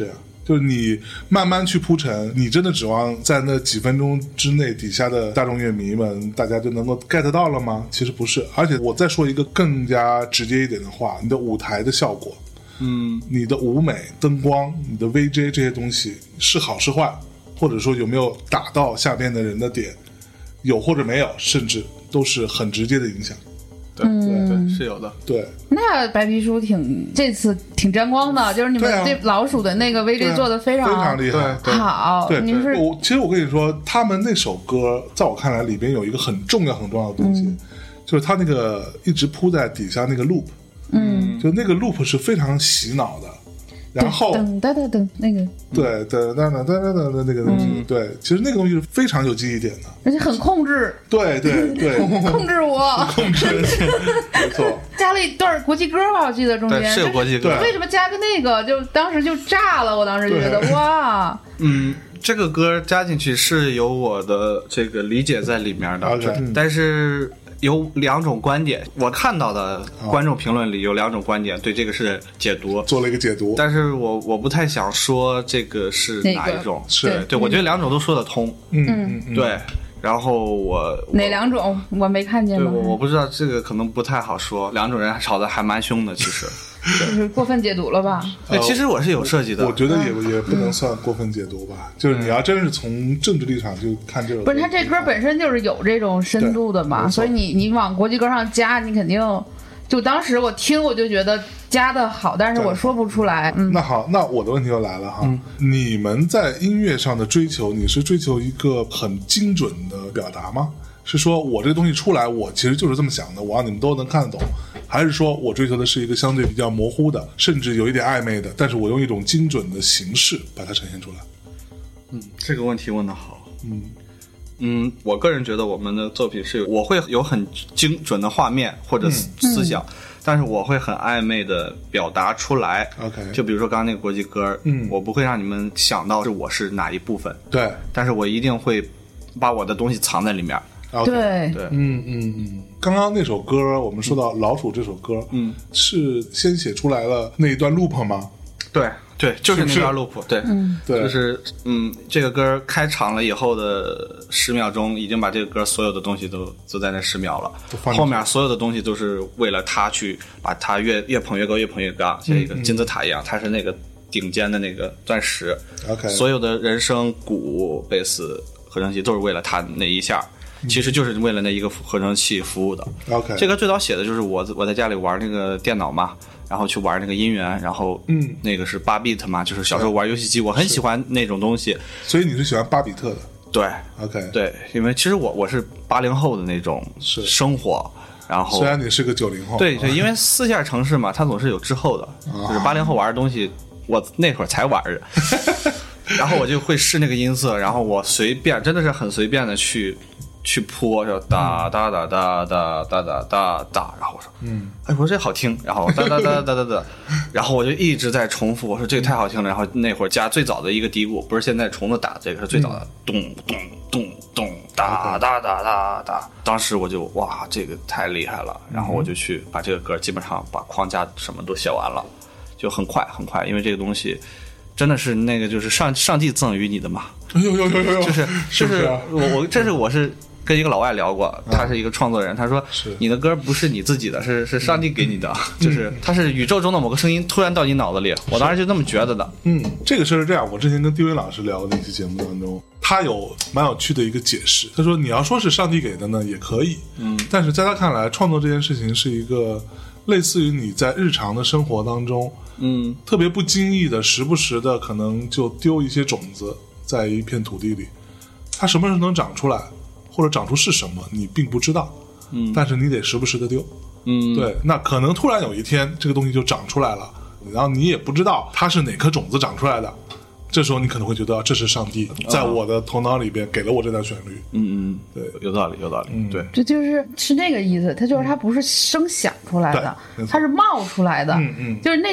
就是你慢慢去铺陈，你真的指望在那几分钟之内底下的大众乐迷们大家就能够 get 到了吗？其实不是。而且我再说一个更加直接一点的话，你的舞台的效果，你的舞美、灯光、你的 VJ 这些东西是好是坏，或者说有没有打到下边的人的点，有或者没有，甚至都是很直接的影响。 对对对，是有的。 对， 那白皮书这次挺沾光的，就是你们对老鼠的那个 VJ 做的非常厉害， 好。 对，其实我跟你说，他们那首歌在我看来里边有一个很重要的东西，就是他那个一直铺在底下那个 loop， 就那个 loop 是非常洗脑的。然后噔噔噔噔那个， 对噔噔噔噔噔的那个东西，对，其实那个东西是非常有记忆点的， 而且很控制， 对对对， 控制我， 控制，没错。 加了一段国际歌吧，我记得中间是有国际歌， 为什么加个那个？就当时就炸了，我当时觉得哇， 这个歌加进去是有我的这个理解在里面的， okay， 但是有两种观点，我看到的观众评论里有两种观点对这个是解读， 做了一个解读， 但是我不太想说这个是哪一种， 是对，我觉得两种都说得通，对。然后哪两种我没看见吗？ 对，我不知道，这个可能不太好说。两种人吵得还蛮凶的，其实就是过分解读了吧？ 其实我是有设计的， 我觉得也不能算过分解读吧。就是你要真是从政治立场就看这种， 不是他这歌本身就是有这种深度的嘛，所以你往国际歌上加，你肯定就当时我听我就觉得加的好，但是我说不出来。 那好，那我的问题就来了哈，你们在音乐上的追求，你是追求一个很精准的表达吗？是说我这个东西出来，我其实就是这么想的，我让你们都能看得懂，还是说我追求的是一个相对比较模糊的，甚至有一点暧昧的，但是我用一种精准的形式把它呈现出来？ 这个问题问得好。我个人觉得我们的作品是我会有很精准的画面或者思想，但是我会很暧昧的表达出来。 OK， 就比如说刚刚那个国际歌，我不会让你们想到是我是哪一部分， 对， 但是我一定会把我的东西藏在里面。 Okay， 对， 刚刚那首歌，我们说到老鼠这首歌，是先写出来了那一段 loop 吗？ 对，就是那段 loop， 对， 对， 就是这个歌开场了以后的10秒钟，已经把这个歌所有的东西都在那10秒了，后面所有的东西都是为了他去把它越捧越高，越捧越高，像一个金字塔一样，它是那个顶尖的那个钻石。 OK， 所有的人声、鼓、贝斯、合成器都是为了他那一下。其实就是为了那一个合成器服务的。 OK， 这个最早写的就是我在家里玩那个电脑嘛，然后去玩那个音源，然后那个是8 bit 嘛，就是小时候玩游戏机，我很喜欢那种东西。 所以你是喜欢8比特的？ 对 ，OK， 对，因为其实我是80后的那种生活，然后虽然你是个90后， 对，因为4线城市嘛，它总是有滞后的，就是80后玩的东西，我那会儿才玩的。然后我就会试那个音色，然后我随便，真的是很随便的去铺，说哒哒哒哒哒哒哒哒哒，然后我说，我说这好听，然后哒哒哒哒哒哒，然后我就一直在重复，我说这个太好听了，然后那会儿加最早的一个嘀咕，不是现在虫子打这个，是最早的咚咚咚咚哒哒哒哒哒，当时我就哇，这个太厉害了，然后我就去把这个歌基本上把框架什么都写完了，就很快，因为这个东西。真的是那个，就是上帝赠予你的嘛？就是我是跟一个老外聊过，他是一个创作人，他说你的歌不是你自己的，是上帝给你的，就是他是宇宙中的某个声音突然到你脑子里，我当时就这么觉得的。 这个事是这样，我之前跟丁伟老师聊的那期节目当中，他有蛮有趣的一个解释，他说你要说是上帝给的呢也可以，但是在他看来，创作这件事情是一个类似于你在日常的生活当中。特别不经意的时不时的可能就丢一些种子在一片土地里，它什么时候能长出来或者长出是什么你并不知道，但是你得时不时的丢，对，那可能突然有一天这个东西就长出来了，然后你也不知道它是哪颗种子长出来的，这时候你可能会觉得这是上帝在我的头脑里边给了我这段旋律。对， 有道理，对， 这是那个意思，它就是它不是声响出来的，它是冒出来的，就是那一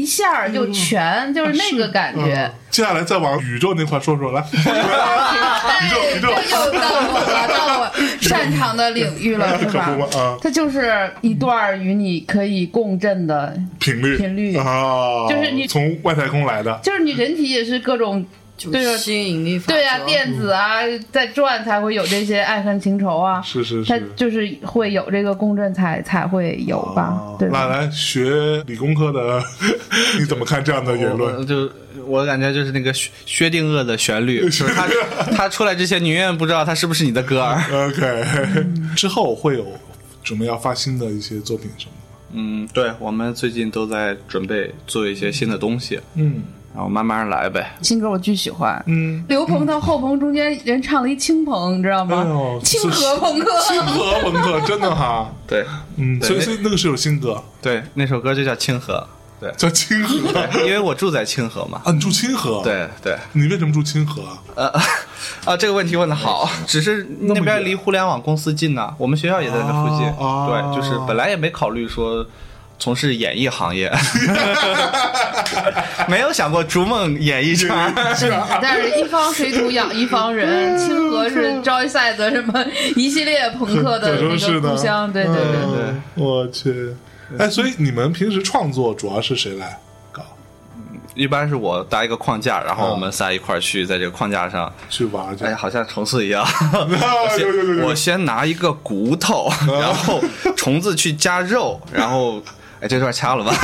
下就全，就是那个感觉。 接下来再往宇宙那块说来。宇宙又到我擅长的领域了，是吧？它就是一段与你可以共振的频率啊， 就是你从外太空来的， 就是你人体也是各种。 就是吸引力法则， 对啊，电子啊在转才会有这些爱恨情仇啊， 是， 它就是会有这个共振才会有吧？对。 来学理工科的，你怎么看这样的言论？ 我感觉就是那个薛定谔的旋律，就是他出来之前，你永远不知道他是不是你的歌儿。 OK， 之后会有准备要发新的一些作品什么的。 对，我们最近都在准备做一些新的东西。然后慢慢来呗。 新歌我巨喜欢，刘鹏到后棚中间人唱了一轻朋，你知道吗？清河朋克， 清河朋克，真的哈。 对， 所以那个是有新歌。 对，那首歌就叫清河。对， 叫清河， 因为我住在清河嘛。 啊，你住清河？ 对。 你为什么住清河啊？这个问题问得好，只是那边离互联网公司近呢，我们学校也在那附近。对，就是本来也没考虑说从事演艺行业，没有想过逐梦演艺圈。 是，但是一方水土养一方人，清河是Joyside什么一系列朋克的那个故乡。对。 我去，所以你们平时创作主要是谁来搞？ 一般是我搭一个框架，然后我们仨一块儿去在这个框架上去玩去。 好像虫子一样。我先拿一个骨头，然后虫子去加肉，然后这段掐了吧。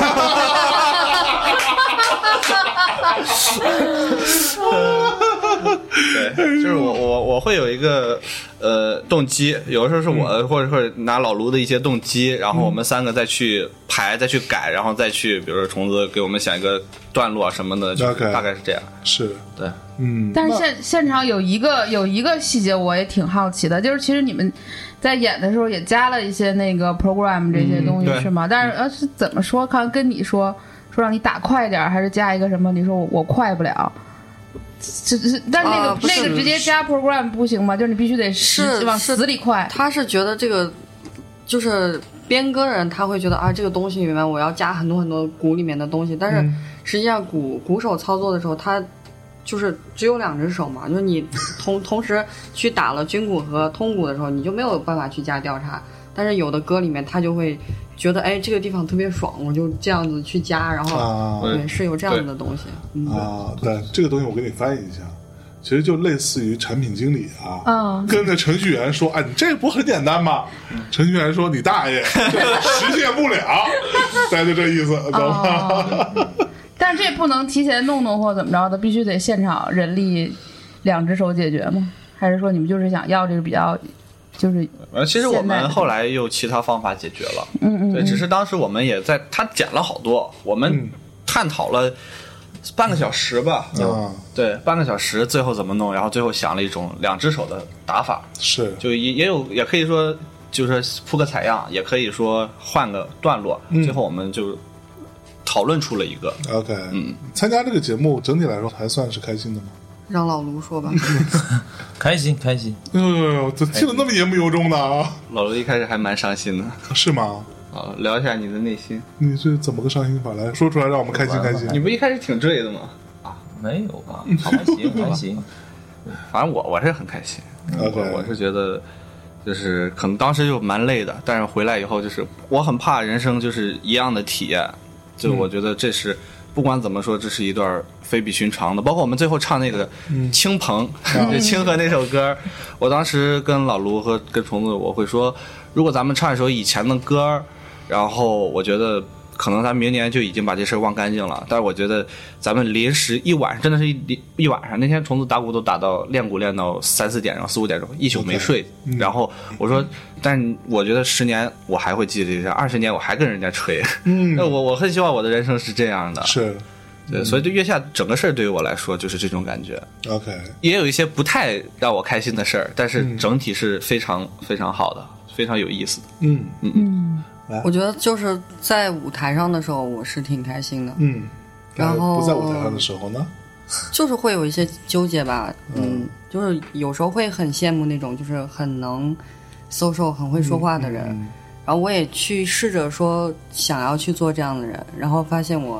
对，就是我会有一个动机，有的时候是我或者拿老卢的一些动机，然后我们三个再去排，再去改，然后再去比如说虫子给我们想一个段落什么的，大概是这样。 是， 对， 但是现场有一个细节我也挺好奇的，就是其实你们在演的时候也加了一些那个 program 这些东西是吗？但是是怎么说？看跟你说让你打快点，还是加一个什么？你说我快不了。但那个直接加 program 不行吗？就是你必须得往死里快。 他是觉得这个就是编歌人，他会觉得这个东西里面我要加很多很多鼓里面的东西，但是实际上鼓手操作的时候，他就是只有2只手嘛，就是你同时去打了军鼓和通鼓的时候，你就没有办法去加调查。但是有的歌里面他就会觉得这个地方特别爽，我就这样子去加，然后对是有这样的东西对，这个东西我给你翻译一下，其实就类似于产品经理跟那程序员说你这不很简单吗？程序员说你大爷，实现不了，大概就这意思，懂吗？ 但这不能提前弄或怎么着的，必须得现场人力2只手解决吗？还是说你们就是想要这个比较就是其实我们后来用其他方法解决了，对，只是当时我们也在他剪了好多，我们探讨了半个小时吧，对，半个小时，最后怎么弄，然后最后想了一种2只手的打法， 是， 就也可以说就是铺个采样，也可以说换个段落，最后我们就讨论出了一个 OK。参加这个节目整体来说还算是开心的吗？ 让老卢说吧。 开心。 怎么听得那么言不由衷呢？ 老卢一开始还蛮伤心的。 是吗？ 聊一下你的内心。 你是怎么个伤心法？来说出来让我们开心。 你不一开始挺醉的吗？ 没有吧，还行。 反正我是很开心。我是觉得就是可能当时就蛮累的，但是回来以后就是我很怕人生就是一样的体验，就我觉得这是不管怎么说，这是一段非比寻常的。包括我们最后唱那个青鹏，就清河那首歌，我当时跟老卢和跟虫子我会说，如果咱们唱一首以前的歌，然后我觉得可能咱明年就已经把这事忘干净了，但是我觉得咱们临时一晚上，真的是一晚上，那天虫子打鼓都打到练鼓练到3、4点，然后4、5点钟一宿没睡，然后我说但我觉得10年我还会记得这事，20年我还跟人家吹，那我很希望我的人生是这样的， 是， 对，所以对月下整个事儿对于我来说就是这种感觉。 OK， 也有一些不太让我开心的事儿，但是整体是非常非常好的，非常有意思的。 我觉得就是在舞台上的时候我是挺开心的，然后不在舞台上的时候呢， 就是会有一些纠结吧，就是有时候会很羡慕那种就是很能 social 很会说话的人，然后我也去试着说想要去做这样的人，然后发现我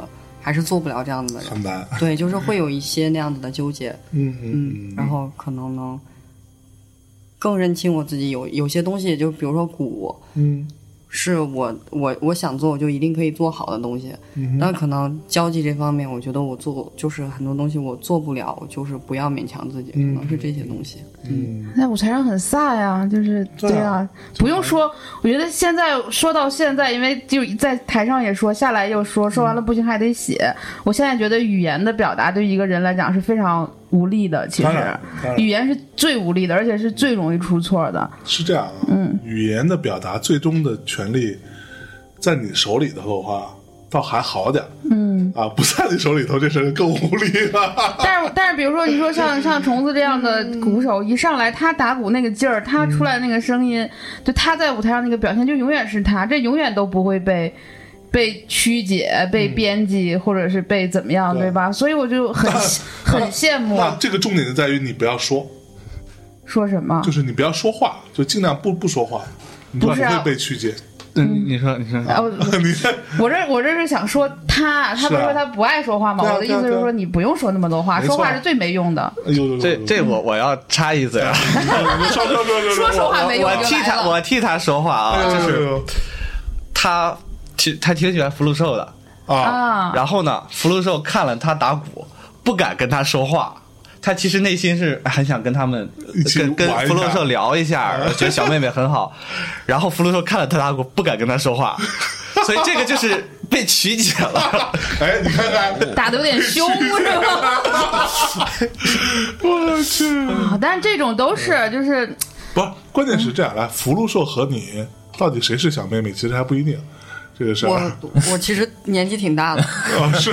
还是做不了这样子的人， 很难。 对，就是会有一些那样子的纠结。然后可能能更认清我自己，有些东西，就比如说鼓，是我想做，我就一定可以做好的东西。但可能交际这方面，我觉得我做就是很多东西我做不了，我就是不要勉强自己，可能是这些东西。 在舞台上很飒呀，就是对啊，不用说。我觉得现在说到现在，因为就在台上也说，下来又说，说完了不行还得写。我现在觉得语言的表达对于一个人来讲是非常无力的，其实语言是最无力的，而且是最容易出错的。 是这样啊，语言的表达最终的权利在你手里头的话，倒还好点。不在你手里头，这事更无力了。 但是，比如说你说像虫子这样的鼓手，一上来他打鼓那个劲儿，他出来那个声音，就他在舞台上那个表现，就永远是他，这永远都不会被曲解、被编辑，或者是被怎么样，对吧？所以我就很羡慕。 那这个重点就在于你不要说什么， 就是你不要说话，就尽量不说话，你不会被曲解。 你说， 我这是想说他不是说他不爱说话吗？我的意思是说你不用说那么多话，说话是最没用的。 这我要插一嘴啊！ 说话没用， 我替他说话啊，就是他挺喜欢福禄寿的啊，然后呢，福禄寿看了他打鼓，不敢跟他说话。他其实内心是很想跟他们跟福禄寿聊一下，觉得小妹妹很好。然后福禄寿看了他打鼓，不敢跟他说话，所以这个就是被曲解了。 哎，你看看， 打得有点凶是吧？ 我去！ 但是这种都是就是不，关键是这样，来，福禄寿和你到底谁是小妹妹，其实还不一定。这个事儿， 我其实年纪挺大的。 是。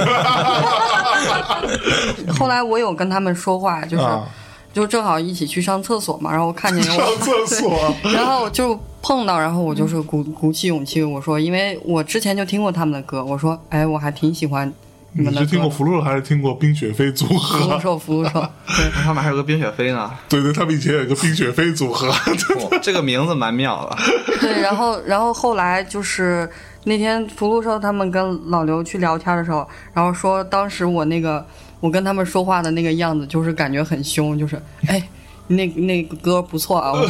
后来我有跟他们说话，就正好一起去上厕所嘛，然后看见我上厕所， 然后就碰到，然后我就是鼓起勇气，我说，因为我之前就听过他们的歌，我说，哎，我还挺喜欢你们的歌。 你是听过福禄寿还是听过冰雪飞组合？ 福禄寿，对， 他们还有个冰雪飞呢。 对，他们以前有一个冰雪飞组合， 这个名字蛮妙的。 对，然后后来就是那天福禄寿他们跟老刘去聊天的时候，然后说当时我跟他们说话的那个样子，就是感觉很凶，就是哎，那个歌不错啊。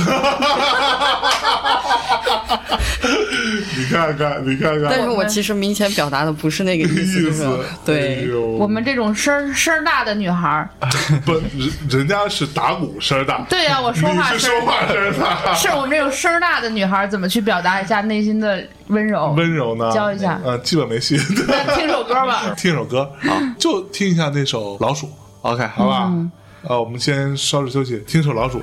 你看看， 但是我其实明显表达的不是那个意思，对、 哎， 我们这种声大的女孩不，人家是打鼓声大， 对呀、我说话声大， 是我们这种声大的女孩怎么去表达一下内心的温柔呢？ 教一下， 基本没戏。 那听首歌吧， 听首歌，好，就听一下那首《老鼠》。 OK， 好吧，我们先稍事休息，听首《老鼠》。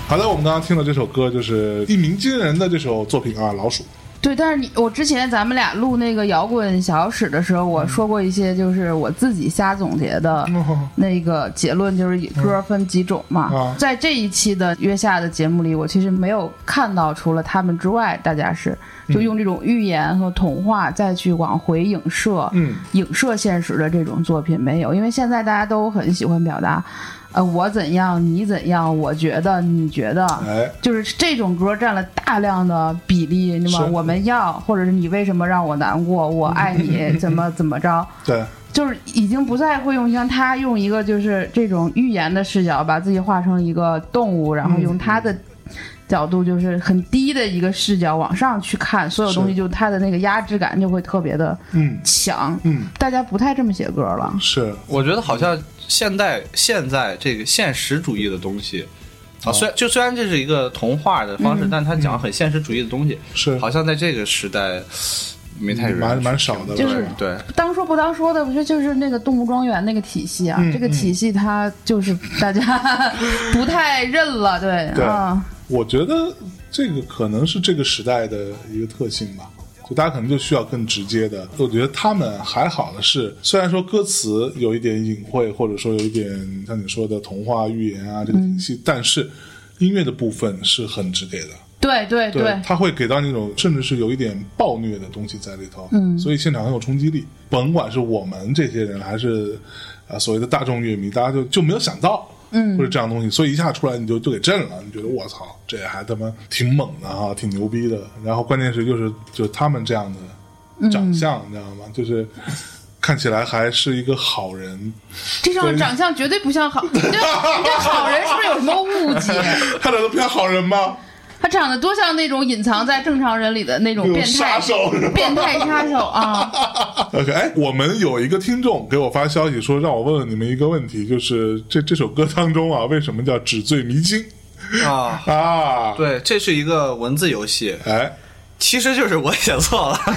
好的，我们刚刚听了这首歌，就是一鸣惊人的这首作品啊，老鼠。 对，但是我之前咱们俩录那个摇滚小史的时候，我说过一些就是我自己瞎总结的那个结论，就是歌分几种嘛。在这一期的月下的节目里，我其实没有看到除了他们之外，大家是就用这种寓言和童话再去往回影射，影射现实的这种作品没有，因为现在大家都很喜欢表达。我怎样，你怎样，我觉得，你觉得，就是这种歌占了大量的比例，对吗？我们要，或者是你为什么让我难过？我爱你，怎么着？ 对， 就是已经不再会用像他用一个就是这种寓言的视角，把自己画成一个动物，然后用他的角度，就是很低的一个视角往上去看所有东西，就他的那个压制感就会特别的强。大家不太这么写歌了。 是， 我觉得好像现在这个现实主义的东西啊，虽然这是一个童话的方式，但他讲很现实主义的东西， 是好像在这个时代没太蛮少的， 就是对当说不当说的，我觉得就是那个动物庄园那个体系啊，这个体系它就是大家不太认了，对啊。 我觉得这个可能是这个时代的一个特性吧，就大家可能就需要更直接的。我觉得他们还好的是，虽然说歌词有一点隐晦，或者说有一点像你说的童话寓言啊这个体系，但是音乐的部分是很直给的。对，他会给到那种甚至是有一点暴虐的东西在里头，所以现场很有冲击力。甭管是我们这些人，还是所谓的大众乐迷，大家就没有想到。或者这样东西，所以一下出来你就给震了，你觉得我操，这还他妈挺猛的哈，挺牛逼的。然后关键是就是他们这样的长相，你知道吗？就是看起来还是一个好人。 这种长相绝对不像好，你对好人是不是有什么误解？ 他长得不像好人吗？ 他长得多像那种隐藏在正常人里的那种变态杀手， 变态杀手啊 ！OK， 我们有一个听众给我发消息说，让我问问你们一个问题，就是这首歌当中啊，为什么叫纸醉迷津啊？ 对，这是一个文字游戏，其实就是我写错了。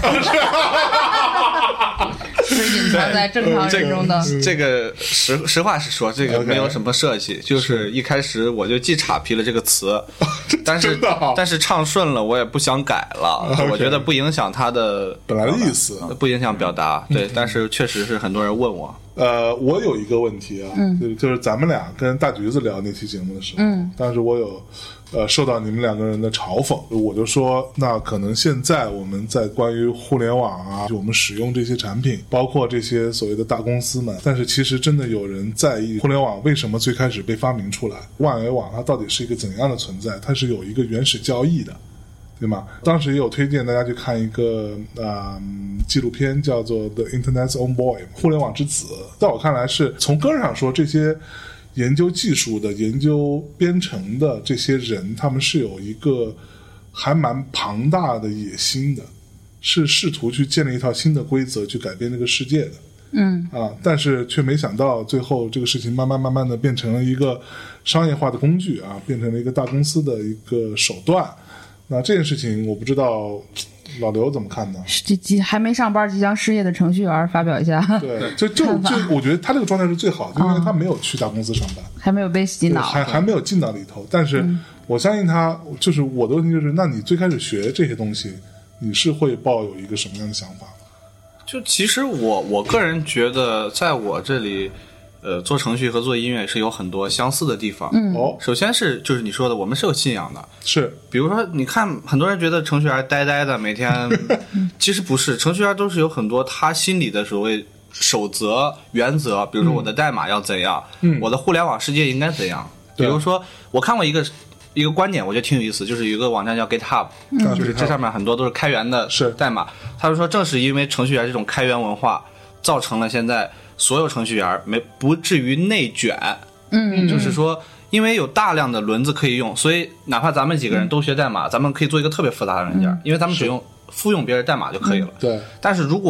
是隐藏在正常人中的这个实话实说，这个没有什么设计，就是一开始我就记岔劈了这个词，但是唱顺了，我也不想改了，我觉得不影响它的本来的意思， 不影响表达。对，但是确实是很多人问我。 我有一个问题啊，就是咱们俩跟大橘子聊那期节目的时候，当时我有受到你们两个人的嘲讽，我就说那可能现在我们在关于互联网啊，就我们使用这些产品，包括这些所谓的大公司们，但是其实真的有人在意互联网为什么最开始被发明出来，万维网它到底是一个怎样的存在，它是有一个原始教义的，对吗？当时也有推荐大家去看一个纪录片，叫做 The Internet's Own Boy 互联网之子。在我看来是从根上说，这些研究技术的、研究编程的这些人，他们是有一个还蛮庞大的野心的，是试图去建立一套新的规则去改变这个世界的。但是却没想到最后这个事情慢慢的变成了一个商业化的工具啊，变成了一个大公司的一个手段。那这件事情我不知道老刘怎么看呢？ 还没上班即将失业的程序员发表一下。 对，就我觉得他这个状态是最好的，因为他没有去大公司上班， 还没有被洗脑， 还没有进到里头。但是我相信他，就是我的问题就是，那你最开始学这些东西，你是会抱有一个什么样的想法？ 就其实我个人觉得，在我这里。做程序和做音乐是有很多相似的地方。首先是就是你说的，我们是有信仰的。 是， 比如说你看，很多人觉得程序员呆呆的，每天其实不是，程序员都是有很多他心里的所谓守则、原则。比如说我的代码要怎样，我的互联网世界应该怎样。比如说，我看过一个观点，我觉得挺有意思，就是有一个网站叫 GitHub，就是这上面很多都是开源的代码。他就说，正是因为程序员这种开源文化，造成了现在所有程序员不至于内卷。就是说因为有大量的轮子可以用，所以哪怕咱们几个人都学代码，咱们可以做一个特别复杂的软件，因为咱们只用复用别人代码就可以了。 对。 但是如果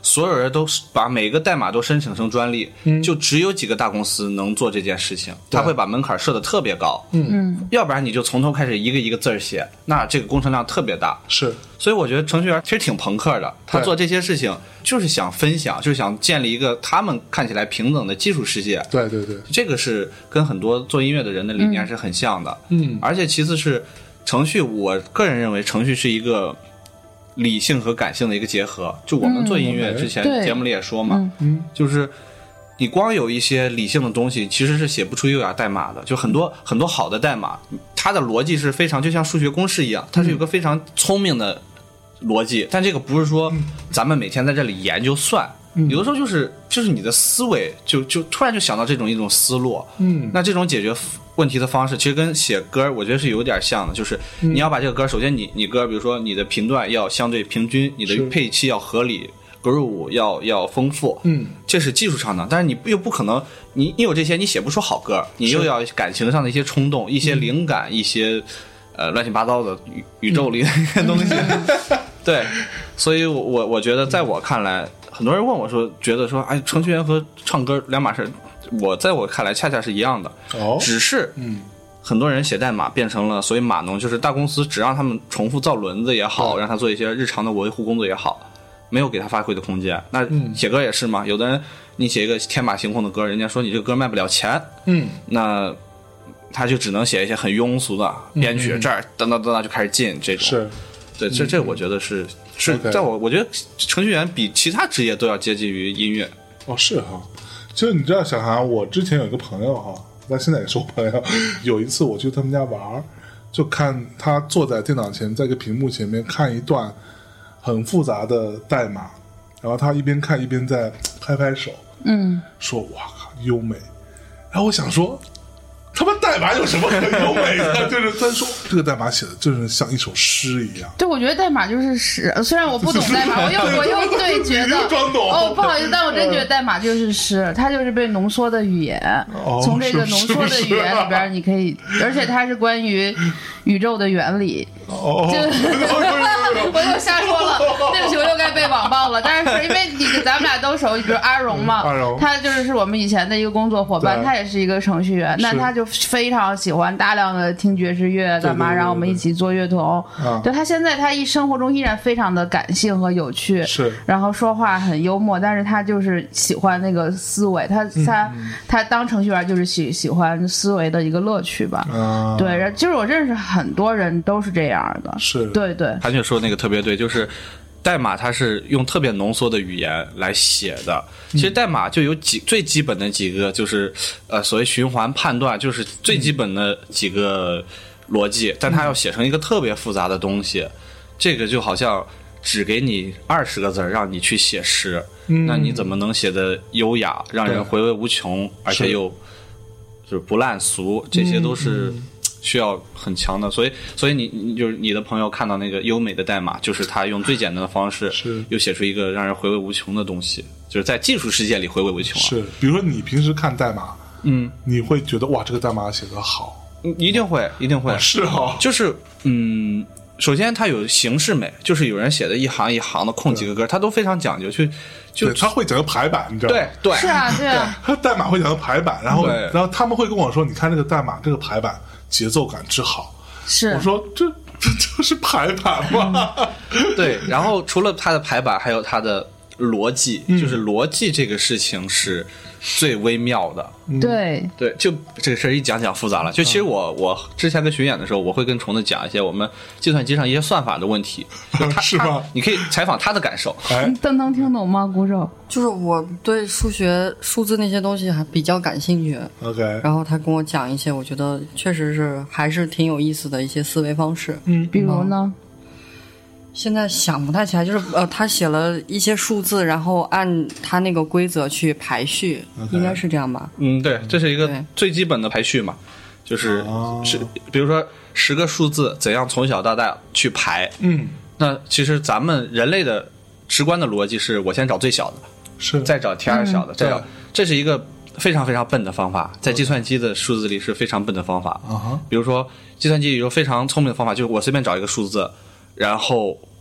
所有人都把每个代码都申请成专利，就只有几个大公司能做这件事情，他会把门槛设得特别高，要不然你就从头开始一个一个字写，那这个工程量特别大。 是， 所以我觉得程序员其实挺朋克的，他做这些事情就是想分享，就是想建立一个他们看起来平等的技术世界。 对对对， 这个是跟很多做音乐的人的理念是很像的。而且其次是程序，我个人认为程序是一个理性和感性的一个结合。就我们做音乐之前节目里也说嘛，就是你光有一些理性的东西其实是写不出优雅代码的。就很多很多好的代码，它的逻辑是非常就像数学公式一样，它是有个非常聪明的逻辑，但这个不是说咱们每天在这里研究算，有的时候就是你的思维就突然就想到一种思路，那这种解决问题的方式其实跟写歌我觉得是有点像的，就是你要把这个歌，首先你歌比如说你的频段要相对平均，你的配器要合理，groove要丰富，这是技术上的，但是你又不可能，你有这些你写不出好歌，你又要感情上的一些冲动，一些灵感，一些乱七八糟的宇宙里的一些东西，对，所以我觉得在我看来，很多人问我说，觉得说，哎，程序员和唱歌两码事，在我看来恰恰是一样的，只是很多人写代码变成了所谓码农，就是大公司只让他们重复造轮子也好，让他做一些日常的维护工作也好，没有给他发挥的空间。那写歌也是嘛，有的人你写一个天马行空的歌，人家说你这个歌卖不了钱，那他就只能写一些很庸俗的编曲，这儿噔噔噔就开始进这种。 是， 对，这我觉得是在我觉得程序员比其他职业都要接近于音乐。 是哈，就是你知道小韩，我之前有一个朋友哈，但现在也是我朋友，有一次我去他们家玩，就看他坐在电脑前，在一个屏幕前面看一段很复杂的代码，然后他一边看一边在拍手，说哇靠优美，然后我想说他们代码有什么很优美的？就是他说这个代码写的就是像一首诗一样。 对，我觉得代码就是诗。虽然我不懂代码，我又对觉得不好意思，但我真觉得代码就是诗，它就是被浓缩的语言。从这个浓缩的语言里边，你可以，而且它是关于宇宙的原理。我又瞎说了，对不起，我又该被网暴了。但是因为咱们俩都熟，比如阿荣嘛，他就是我们以前的一个工作伙伴，他也是一个程序员，那他就非常喜欢大量的听爵士乐干嘛，然后我们一起做乐童。对，他现在他生活中依然非常的感性和有趣， 是，然后说话很幽默，但是他就是喜欢那个思维，他当程序员就是喜欢思维的一个乐趣吧。对，就是我认识很多人都是这样的， 是， 对对。 韩雪说那个特别对，就是代码它是用特别浓缩的语言来写的。其实代码就有最基本的几个，就是所谓循环判断，就是最基本的几个逻辑，但它要写成一个特别复杂的东西，这个就好像只给你20个字让你去写诗，那你怎么能写得优雅，让人回味无穷，而且又就是不烂俗，这些都是需要很强的，所以你就是你的朋友看到那个优美的代码，就是他用最简单的方式又写出一个让人回味无穷的东西，就是在技术世界里回味无穷。 是，比如说你平时看代码，你会觉得哇这个代码写得好， 一定会是哦， 就是首先它有形式美，就是有人写的一行一行的空几个格，它都非常讲究，就他会讲究排版，你知道吗？ 对， 是啊，对啊， 他代码会讲究排版，然后他们会跟我说，你看这个代码这个排版节奏感之好， 是， 我说这就是排版吗？ 对，然后除了它的排版，还有它的逻辑，就是逻辑这个事情是最微妙的。 对， 就这个事儿一讲复杂了。就其实我之前跟巡演的时候，我会跟虫子讲一些我们计算机上一些算法的问题， 是吗？ 你可以采访他的感受。 能听懂吗？鼓手就是我对数学、数字那些东西还比较感兴趣。 OK， 然后他跟我讲一些，我觉得确实是还是挺有意思的一些思维方式。 比如呢？ 现在想不太起来，就是他写了一些数字，然后按他那个规则去排序，应该是这样吧？ 对，这是一个最基本的排序嘛，就是比如说10个数字怎样从小到大去排。那其实咱们人类的直观的逻辑是我先找最小的， 是再找第二小的，这是一个非常非常笨的方法，在计算机的数字里是非常笨的方法。比如说计算机有非常聪明的方法，就是我随便找一个数字，然后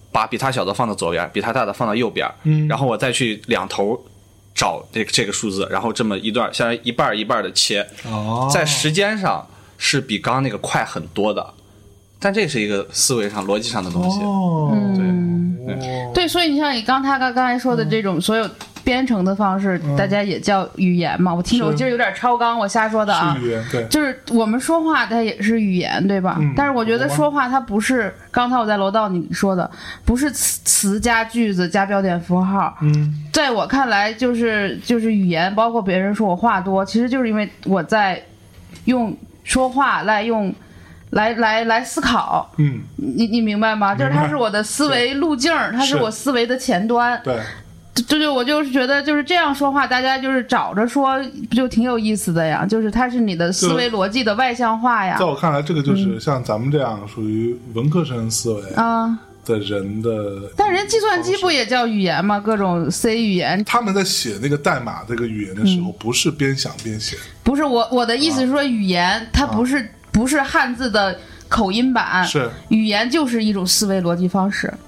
把比它小的放到左边，比它大的放到右边，然后我再去两头找这个数字，然后这么一段，相当于一半一半的切，在时间上是比刚刚那个快很多的，但这是一个思维上逻辑上的东西。 对，所以你像你刚才说的这种所有编程的方式，大家也叫语言嘛。我听着我今儿有点超纲，我瞎说的啊。 是语言，对， 就是我们说话它也是语言，对吧？但是我觉得说话它不是刚才我在楼道你说的，不是词加句子加标点符号。在我看来就是语言，包括别人说我话多，其实就是因为我在用说话来思考。你明白吗？就是它是我的思维路径，它是我思维的前端。 对。 我就是觉得就是这样说话，大家就是找着说，不就挺有意思的呀？就是它是你的思维逻辑的外向化呀。 在我看来，这个就是像咱们这样属于文科生思维的人的。 但人计算机不也叫语言吗？各种 C 语言。 他们在写那个代码这个语言的时候，不是边想边写。 不是我的意思是说，语言它不是汉字的口音版， 是语言就是一种思维逻辑方式。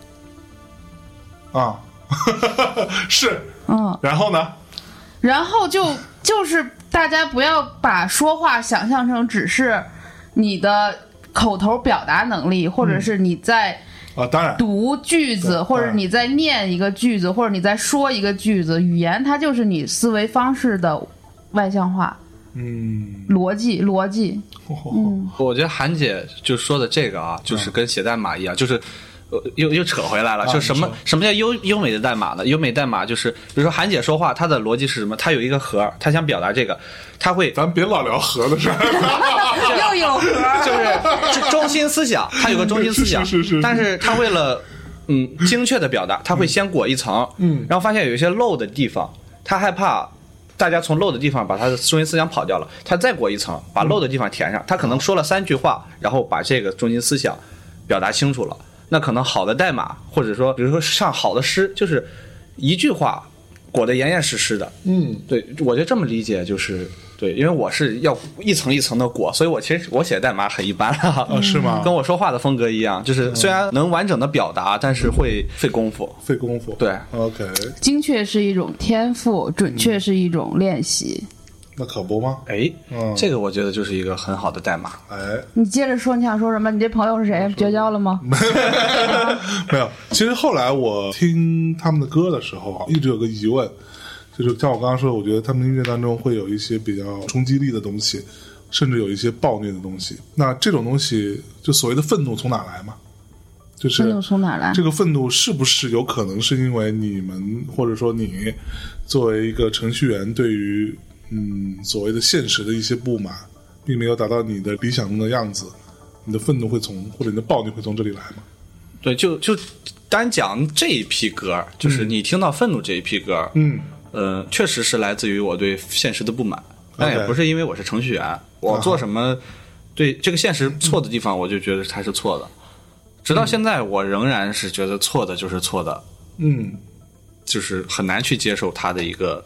是，然后呢？ 然后就是大家不要把说话想象成只是你的口头表达能力，或者是你在当然读句子，或者你在念一个句子，或者你在说一个句子。语言它就是你思维方式的外向化，逻辑。 我觉得韩姐就说的这个啊，就是跟写代码一样，就是又扯回来了，就什么叫优美的代码呢？优美代码就是，比如说韩姐说话，她的逻辑是什么？她有一个核，她想表达这个，她会， 咱别老聊核的事儿， 又有核， 就是中心思想，她有个中心思想， 是， 但是她为了精确的表达，她会先裹一层，然后发现有一些漏的地方，她害怕大家从漏的地方把她的中心思想跑掉了，她再裹一层，把漏的地方填上，她可能说了3句话，然后把这个中心思想表达清楚了。那可能好的代码，或者说比如说上好的诗，就是一句话裹得严严实实的。对，我觉得这么理解就是对，因为我是要一层一层的裹，所以我其实我写代码很一般了。 是吗？ 跟我说话的风格一样，就是虽然能完整的表达，但是会费功夫。对 ，OK。 精确是一种天赋，准确是一种练习。 那可不吗？ 这个我觉得就是一个很好的代码。 你接着说，你想说什么？你这朋友是谁？绝交了吗？ 没有。其实后来我听他们的歌的时候，一直有个疑问，就是像我刚刚说的，我觉得他们音乐当中会有一些比较冲击力的东西，甚至有一些暴虐的东西。那这种东西，就所谓的愤怒从哪来嘛？就是愤怒从哪来？ 这个愤怒是不是有可能是因为你们，或者说你作为一个程序员，对于所谓的现实的一些不满，并没有达到你的理想中的样子，你的愤怒会从，或者你的暴力会从这里来吗？ 对，就单讲这一批歌，就是你听到愤怒这一批歌，确实是来自于我对现实的不满，但也不是因为我是程序员，我做什么对这个现实错的地方，我就觉得它是错的。直到现在，我仍然是觉得错的就是错的，就是很难去接受它的一个。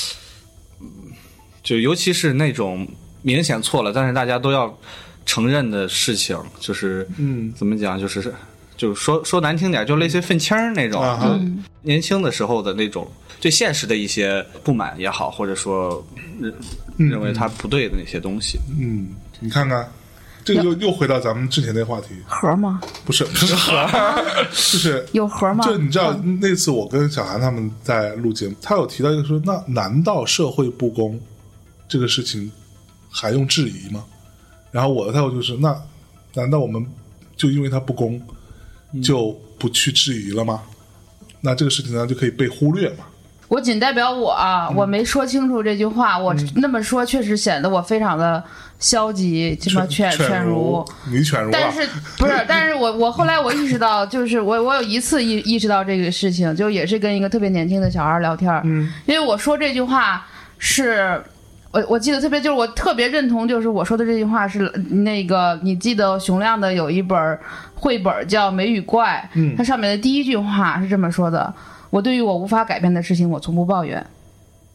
就尤其是那种明显错了，但是大家都要承认的事情，就是怎么讲，就是说难听点，就类似于愤青那种，年轻的时候的那种对现实的一些不满也好，或者说认为它不对的那些东西。 你看看，这个又回到咱们之前那话题， 核吗？ 不是核，就是有核吗？ 就你知道那次我跟小韩他们在录节目，他有提到一个说，那难道社会不公这个事情还用质疑吗？然后我的态度就是，那难道我们就因为它不公就不去质疑了吗？那这个事情呢就可以被忽略吗？ 我仅代表我啊，我没说清楚这句话，我那么说确实显得我非常的消极，什么犬儒， 你犬儒， 但是不是？但是我后来我意识到，就是我有一次意识到这个事情，就也是跟一个特别年轻的小孩聊天，因为我说这句话是。我记得特别，就是我特别认同，就是我说的这句话是那个，你记得熊亮的有一本绘本叫《美与怪》，它上面的第一句话是这么说的：我对于我无法改变的事情，我从不抱怨。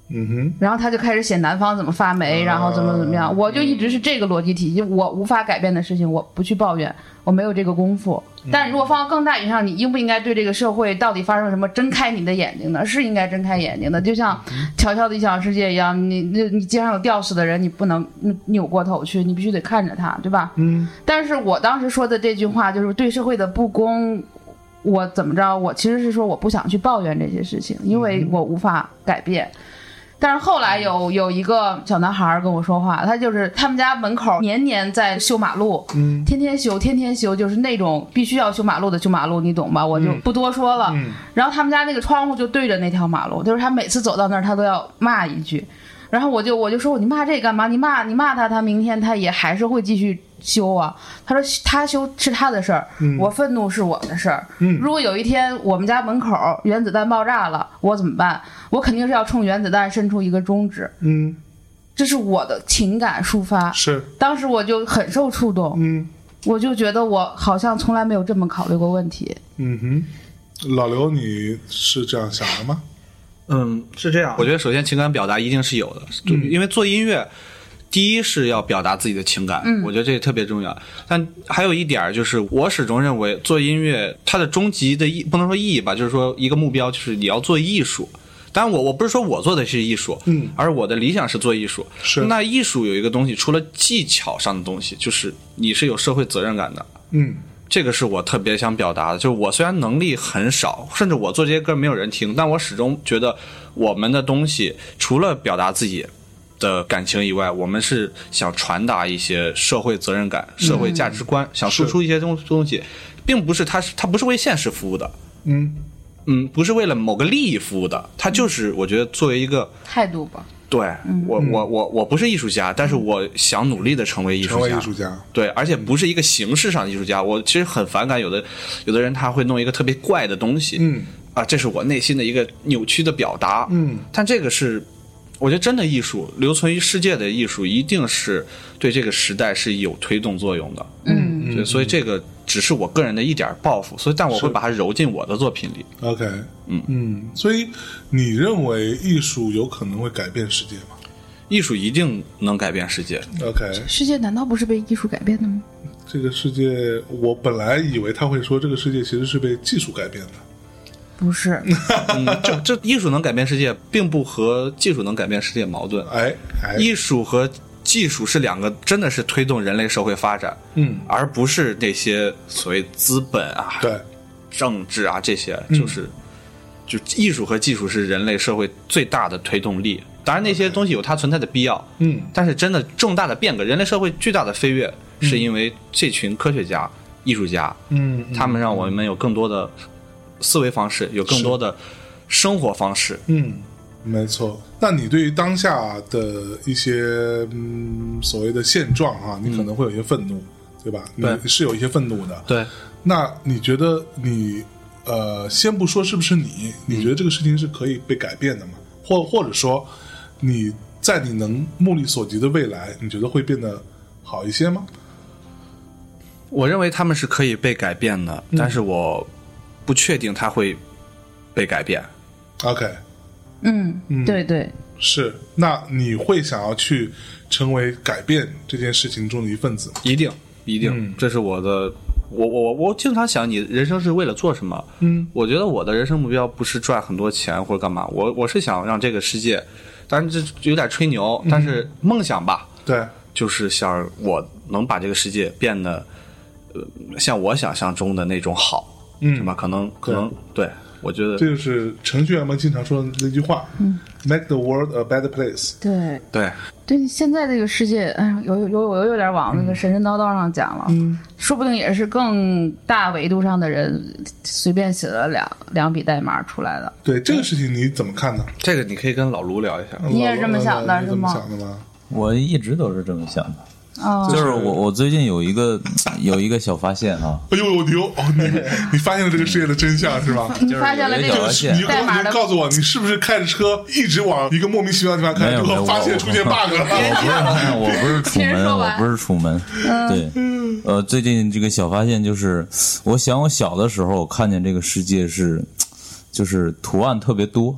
然后他就开始写南方怎么发霉，然后怎么样，我就一直是这个逻辑体系，我无法改变的事情我不去抱怨，我没有这个功夫。但是如果放到更大意义上，你应不应该对这个社会到底发生什么睁开你的眼睛呢？是应该睁开眼睛的，就像乔乔的异想世界一样，你街上有吊死的人，你不能扭过头去，你必须得看着他，对吧？但是我当时说的这句话就是对社会的不公，我怎么着，我其实是说我不想去抱怨这些事情，因为我无法改变。但是后来有一个小男孩跟我说话，他就是他们家门口年年在修马路，天天修，就是那种必须要修马路的修马路，你懂吧？我就不多说了。然后他们家那个窗户就对着那条马路，就是他每次走到那儿他都要骂一句，然后我就说你骂这干嘛？你骂他，他明天他也还是会继续修啊。他说他修是他的事儿，我愤怒是我的事儿。如果有一天我们家门口原子弹爆炸了，我怎么办？我肯定是要冲原子弹伸出一个中指。这是我的情感抒发。是，当时我就很受触动。我就觉得我好像从来没有这么考虑过问题。 老刘，你是这样想的吗？ 是这样。我觉得首先情感表达一定是有的，因为做音乐第一是要表达自己的情感，我觉得这个特别重要。但还有一点就是，我始终认为做音乐它的终极的不能说意义吧，就是说一个目标就是你要做艺术。当然我不是说我做的是艺术，而我的理想是做艺术。是。那艺术有一个东西，除了技巧上的东西，就是你是有社会责任感的。这个是我特别想表达的，就是我虽然能力很少，甚至我做这些歌没有人听，但我始终觉得我们的东西除了表达自己的感情以外，我们是想传达一些社会责任感、社会价值观，想输出一些东西，并不是它不是为现实服务的，不是为了某个利益服务的，它就是我觉得作为一个态度吧。 对，我不是艺术家，但是我想努力的成为艺术家。对，而且不是一个形式上的艺术家。我其实很反感有的人他会弄一个特别怪的东西，这是我内心的一个扭曲的表达。但这个是我觉得真的艺术，留存于世界的艺术，一定是对这个时代是有推动作用的。所以这个只是我个人的一点抱负，但我会把它揉进我的作品里。 OK， 所以你认为艺术有可能会改变世界吗？ 艺术一定能改变世界。 OK， 世界难道不是被艺术改变的吗？ 这个世界，我本来以为他会说这个世界其实是被技术改变的。 不是， 这艺术能改变世界，并不和技术能改变世界矛盾。艺术和技术是两个真的是推动人类社会发展，而不是那些所谓资本啊、对政治啊这些，就艺术和技术是人类社会最大的推动力。当然那些东西有它存在的必要，但是真的重大的变革，人类社会巨大的飞跃，是因为这群科学家、艺术家，他们让我们有更多的思维方式，有更多的生活方式。 没错。那你对于当下的一些所谓的现状啊，你可能会有一些愤怒，对吧？ 对， 你是有一些愤怒的。 对。 那你觉得你先不说是不是你觉得这个事情是可以被改变的吗？或者说你在你能目力所及的未来，你觉得会变得好一些吗？ 我认为他们是可以被改变的，但是我不确定它会被改变。 OK， 对对， 是。那你会想要去成为改变这件事情中的一份子吗？ 一定，这是我的。我经常想，你人生是为了做什么？我觉得我的人生目标不是赚很多钱或者干嘛，我是想让这个世界，当然这有点吹牛，但是梦想吧， 对， 就是想我能把这个世界变得像我想象中的那种好，是吧？可能对，我觉得这就是程序员们经常说的那句话，make the world a better place。 对，现在这个世界，有点往那个神神叨叨上讲了，说不定也是更大维度上的人随便写了两笔代码出来的。 对，这个事情你怎么看呢？ 这个你可以跟老卢聊一下。 你也是这么想的，是吗？ 我一直都是这么想的。就是我最近有一个小发现啊！ 哎呦牛！你发现了这个世界的真相是吧？ 你发现了这个代码的。 你告诉我，你是不是开着车一直往一个莫名其妙的地方开，最后发现出现 bug 了？ 我不是楚门，对，最近这个小发现就是，我想我小的时候看见这个世界就是图案特别多，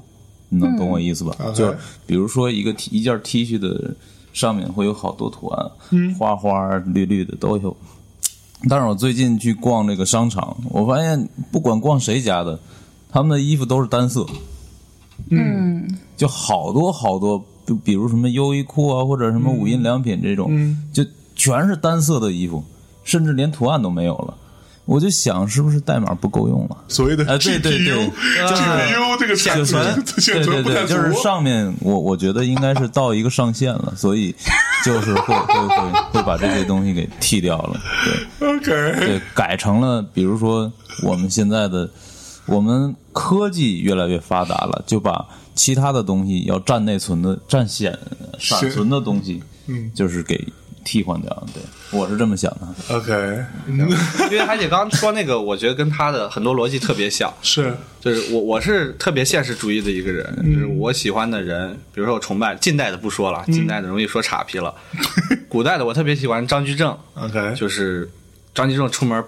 你能懂我意思吧？就是比如说一件 T 恤的上面会有好多图案，花花绿绿的都有。但是我最近去逛这个商场，我发现不管逛谁家的，他们的衣服都是单色。就好多好多，比如什么优衣库啊，或者什么无印良品这种，就全是单色的衣服，甚至连图案都没有了。我就想，是不是代码不够用了？ 所谓的 GPU， 对，就是 GPU 这个显存不太足。 就是上面我觉得应该是到一个上限了，所以就是会把这些东西给剔掉了。对 ，OK， 对，改成了比如说我们现在的科技越来越发达了，就把其他的东西要占内存的、闪存的东西，就是给替换掉。对，我是这么想的。 OK， 因为海姐刚刚说那个，我觉得跟他的很多逻辑特别像。 是， 就是我是特别现实主义的一个人，就是我喜欢的人，比如说我崇拜近代的不说了，近代的容易说岔劈了。古代的我特别喜欢张居正。 OK， 就是张居正出门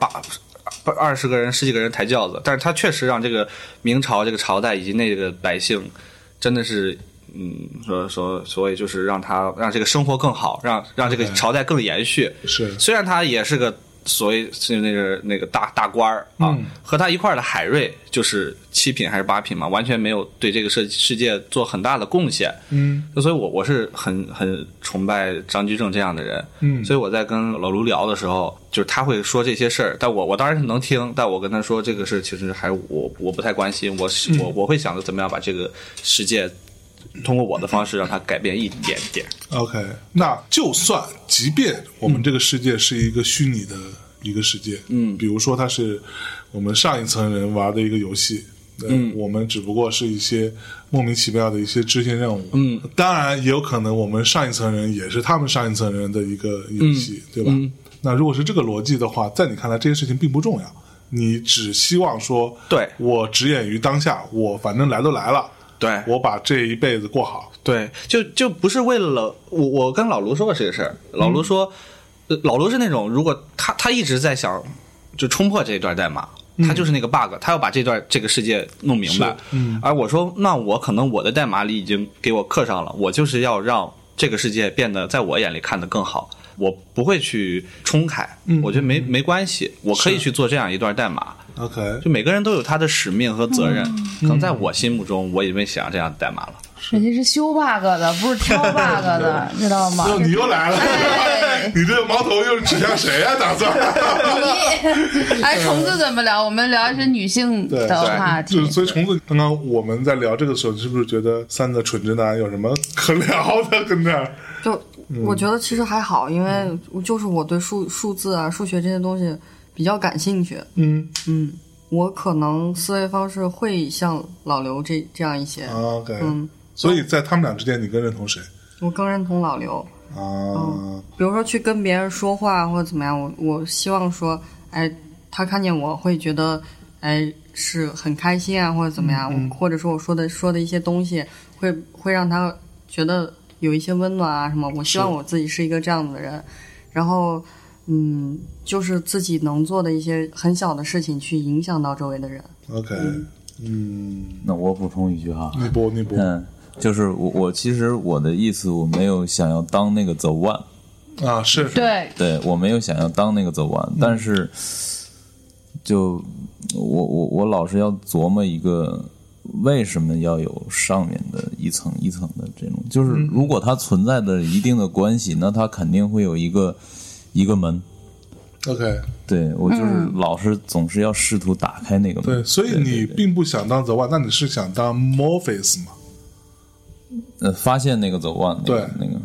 20个人、10几个人抬轿子，但是他确实让这个明朝这个朝代以及那个百姓，真的是。所以就是让这个生活更好，让这个朝代更延续。 是， 虽然他也是个所谓是那个大官啊，和他一块的海瑞就是7品还是8品嘛，完全没有对这个世界做很大的贡献。所以我是很崇拜张居正这样的人。所以我在跟老卢聊的时候，就是他会说这些事儿，但我当然是能听，但我跟他说这个事其实还我不太关心，我会想着怎么样把这个世界。通过我的方式让它改变一点点。 OK， 那即便我们这个世界是一个虚拟的一个世界，比如说它是我们上一层人玩的一个游戏，我们只不过是一些莫名其妙的一些支线任务，当然也有可能我们上一层人也是他们上一层人的一个游戏，对吧？那如果是这个逻辑的话，在你看来这些事情并不重要，你只希望说， 对， 我只眼于当下，我反正来都来了。 对， 我把这一辈子过好。 对，就不是为了我跟老卢说过这个事儿，老卢说，老卢是那种如果他一直在想就冲破这一段代码，他就是那个 bug，他要把这个世界弄明白。而我说，那我可能我的代码里已经给我刻上了，我就是要让这个世界变得在我眼里看得更好，我不会去冲开，我觉得没关系，我可以去做这样一段代码。 OK， 就每个人都有他的使命和责任，可能在我心目中，我已经想这样的代码了。 人家是修 bug 的，不是挑 bug 的，知道吗？ 你又来了，你这个矛头又指向谁呀？打算你虫子怎么聊？我们聊的是女性的话题。 所以虫子刚刚我们在聊这个时候，你是不是觉得3个蠢直男有什么可聊的？跟这儿就我觉得其实还好，因为就是我对数字啊、数学这些东西比较感兴趣。我可能思维方式会像老刘这样一些。 OK，所以在他们俩之间，你更认同谁？ 我更认同老刘。比如说去跟别人说话或者怎么样，我希望说，他看见我会觉得，是很开心啊，或者怎么样，或者说我说的一些东西，会让他觉得有一些温暖啊什么。我希望我自己是一个这样子的人，然后。就是自己能做的一些很小的事情去影响到周围的人。 OK， 那我补充一句哈， 你播， 就是我其实我的意思，我没有想要当那个The One 啊，是， 对，我没有想要当那个The One，但是就我老是要琢磨一个。为什么要有上面的一层一层的这种？就是如果它存在的一定的关系，那它肯定会有一个门。 OK， 对，我就是老是总是要试图打开那个门。 对，所以你并不想当 The One， 那你是想当 Morpheus 吗？ 发现那个 The One， 对， 那个，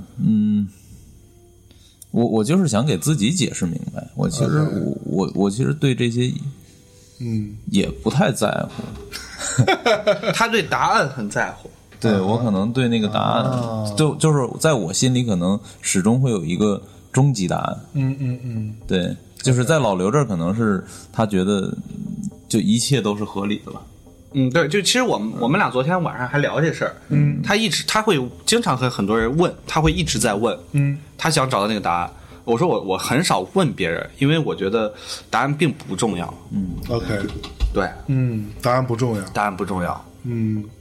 我就是想给自己解释明白。我其实、okay. 我其实对这些，也不太在乎。 他对答案很在乎。 对，我可能对那个答案，就是在我心里可能始终会有一个终极答案。对，就是在老刘这儿可能是他觉得就一切都是合理的了。 对，就其实我们俩昨天晚上还聊这事儿。他会经常和很多人问，他会一直在问。他想找到那个答案。我说我很少问别人，因为我觉得答案并不重要。 OK， 对， 答案不重要， 答案不重要。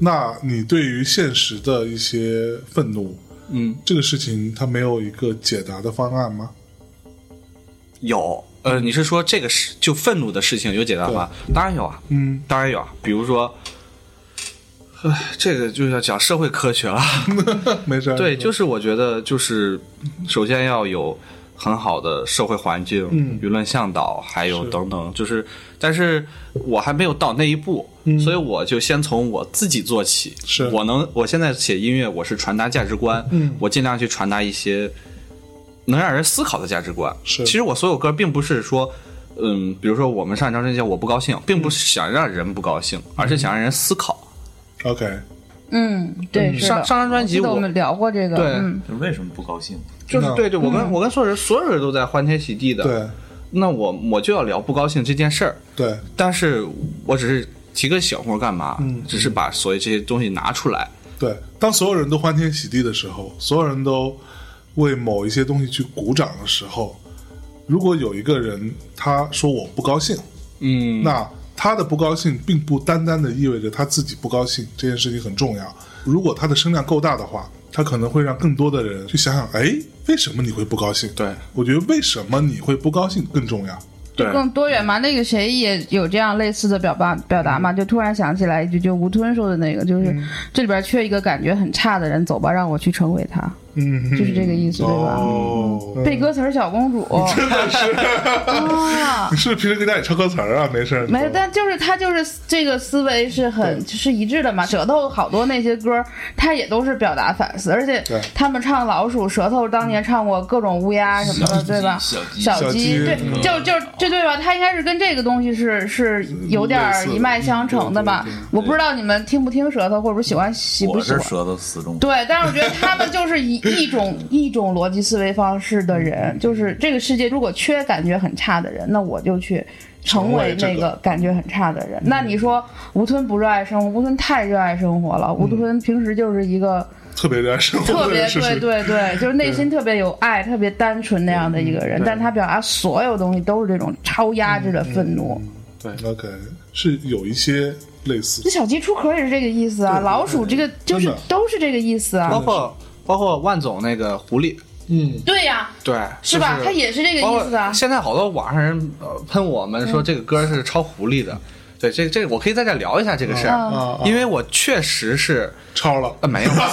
那你对于现实的一些愤怒，这个事情它没有一个解答的方案吗？ 有，你是说这个就愤怒的事情有解答吗？当然有啊，当然有啊。比如说，这个就要讲社会科学了。 没事。 对，就是我觉得就是首先要有很好的社会环境，舆论向导，还有等等，就是但是我还没有到那一步，所以我就先从我自己做起。 是我现在写音乐，我是传达价值观，我尽量去传达一些能让人思考的价值观。 是， 其实我所有歌并不是说，比如说我们上一张专辑叫我不高兴，并不是想让人不高兴，而是想让人思考。 OK。 对，是的。 上张专辑我们聊过这个， 对， 就为什么不高兴？ 就是对，我跟所有人都在欢天喜地的， 对， 那我就要聊不高兴这件事儿， 对， 但是我只是提个醒或者干嘛，只是把所有这些东西拿出来。 对，当所有人都欢天喜地的时候，所有人都为某一些东西去鼓掌的时候，如果有一个人他说我不高兴，那他的不高兴并不单单的意味着他自己不高兴，这件事情很重要。如果他的声量够大的话，他可能会让更多的人去想想，为什么你会不高兴？ 对， 我觉得为什么你会不高兴更重要。 就更多元嘛。那个谁也有这样类似的表达嘛，就突然想起来一句，就吴吞说的那个，就是这里边缺一个感觉很差的人，走吧，让我去成为他。就是这个意思，对吧？背歌词小公主， 真的是你是不是平时跟家里抄歌词啊？没事， 没，但就是他就是这个思维是是一致的嘛。舌头好多那些歌，他也都是表达反思，而且他们唱老鼠，舌头当年唱过各种乌鸦什么的，对吧？小鸡，对，就对吧？他应该是跟这个东西是有点一脉相承的吧？我不知道你们听不听舌头，或者不喜欢喜不喜欢？ 我是舌头死忠。 对，但是我觉得他们就是一种逻辑思维方式的人，就是这个世界如果缺感觉很差的人，那我就去成为那个感觉很差的人。那你说吴吞不热爱生活，吴吞太热爱生活了。吴吞平时就是一个特别热爱生活的人， 特别对，就是内心特别有爱，特别单纯那样的一个人，但他表达所有东西都是这种超压制的愤怒。 对 ，OK， 是有一些类似。 这小鸡出壳也是这个意思啊，老鼠这个就是都是这个意思啊， 包括万总那个狐狸， 对呀， 对， 是吧？他也是这个意思啊。 现在好多网上人喷我们说这个歌是抄狐狸的，对，这个我可以在这聊一下这个事儿，因为我确实是抄了， 没有，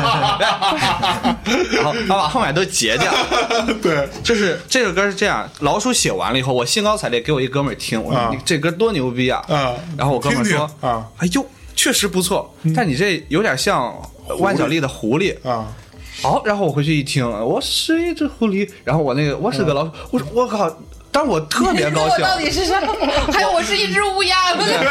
然后把后面都截掉。 对， 就是这个歌是这样，老鼠写完了以后，我兴高采烈给我一哥们儿听，我说你这歌多牛逼啊！然后我哥们儿说哎呦，确实不错，但你这有点像万晓利的狐狸啊。好，然后我回去一听，我是一只狐狸，然后我是个老鼠，我说我靠，当时我特别高兴。 我到底是啥？还有我是一只乌鸦。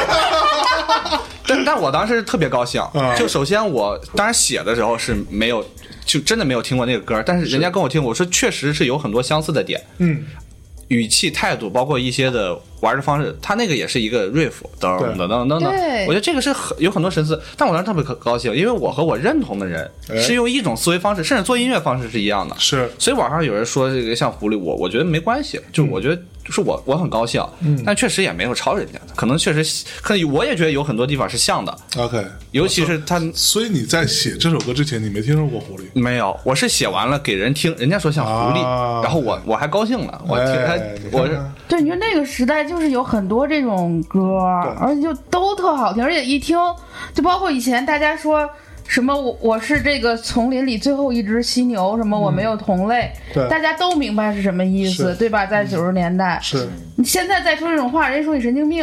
但我当时特别高兴，就首先我当然写的时候是没有，就真的没有听过那个歌，但是人家跟我听，我说确实是有很多相似的点，语气、态度，包括一些的玩的方式，他那个也是一个 riff， 等，我觉得这个是有很多神似，但我当时特别高兴，因为我和我认同的人是用一种思维方式，甚至做音乐方式是一样的， 是， 所以网上有人说这个像狐狸，我觉得没关系，就我觉得是我很高兴，但确实也没有抄人家的，可能确实我也觉得有很多地方是像的 ，OK， 尤其是他， 所以你在写这首歌之前，你没听说过狐狸？ 没有，我是写完了给人听，人家说像狐狸，然后我还高兴了，我听他，我是对，你说那个时代就是有很多这种歌，而且就都特好听，而且一听就包括以前大家说什么我是这个丛林里最后一只犀牛，什么我没有同类，大家都明白是什么意思，对吧？在90年代， 是你现在再说这种话，人家说你神经病。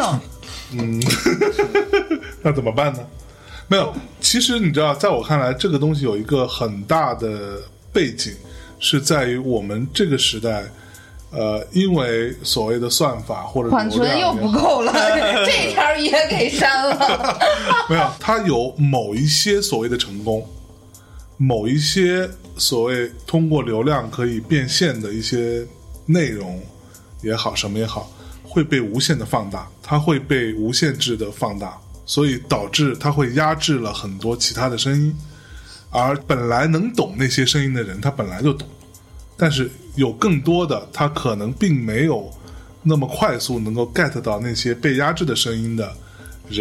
那怎么办呢？没有，其实你知道，在我看来，这个东西有一个很大的背景，是在于我们这个时代。因为所谓的算法或者缓存又不够了，这条也给删了。 没有，它有某一些所谓的成功，某一些所谓通过流量可以变现的一些内容也好，什么也好，会被无限的放大，它会被无限制的放大，所以导致它会压制了很多其他的声音，而本来能懂那些声音的人，他本来就懂。但是有更多的他可能并没有那么快速能够 get 到那些被压制的声音的人，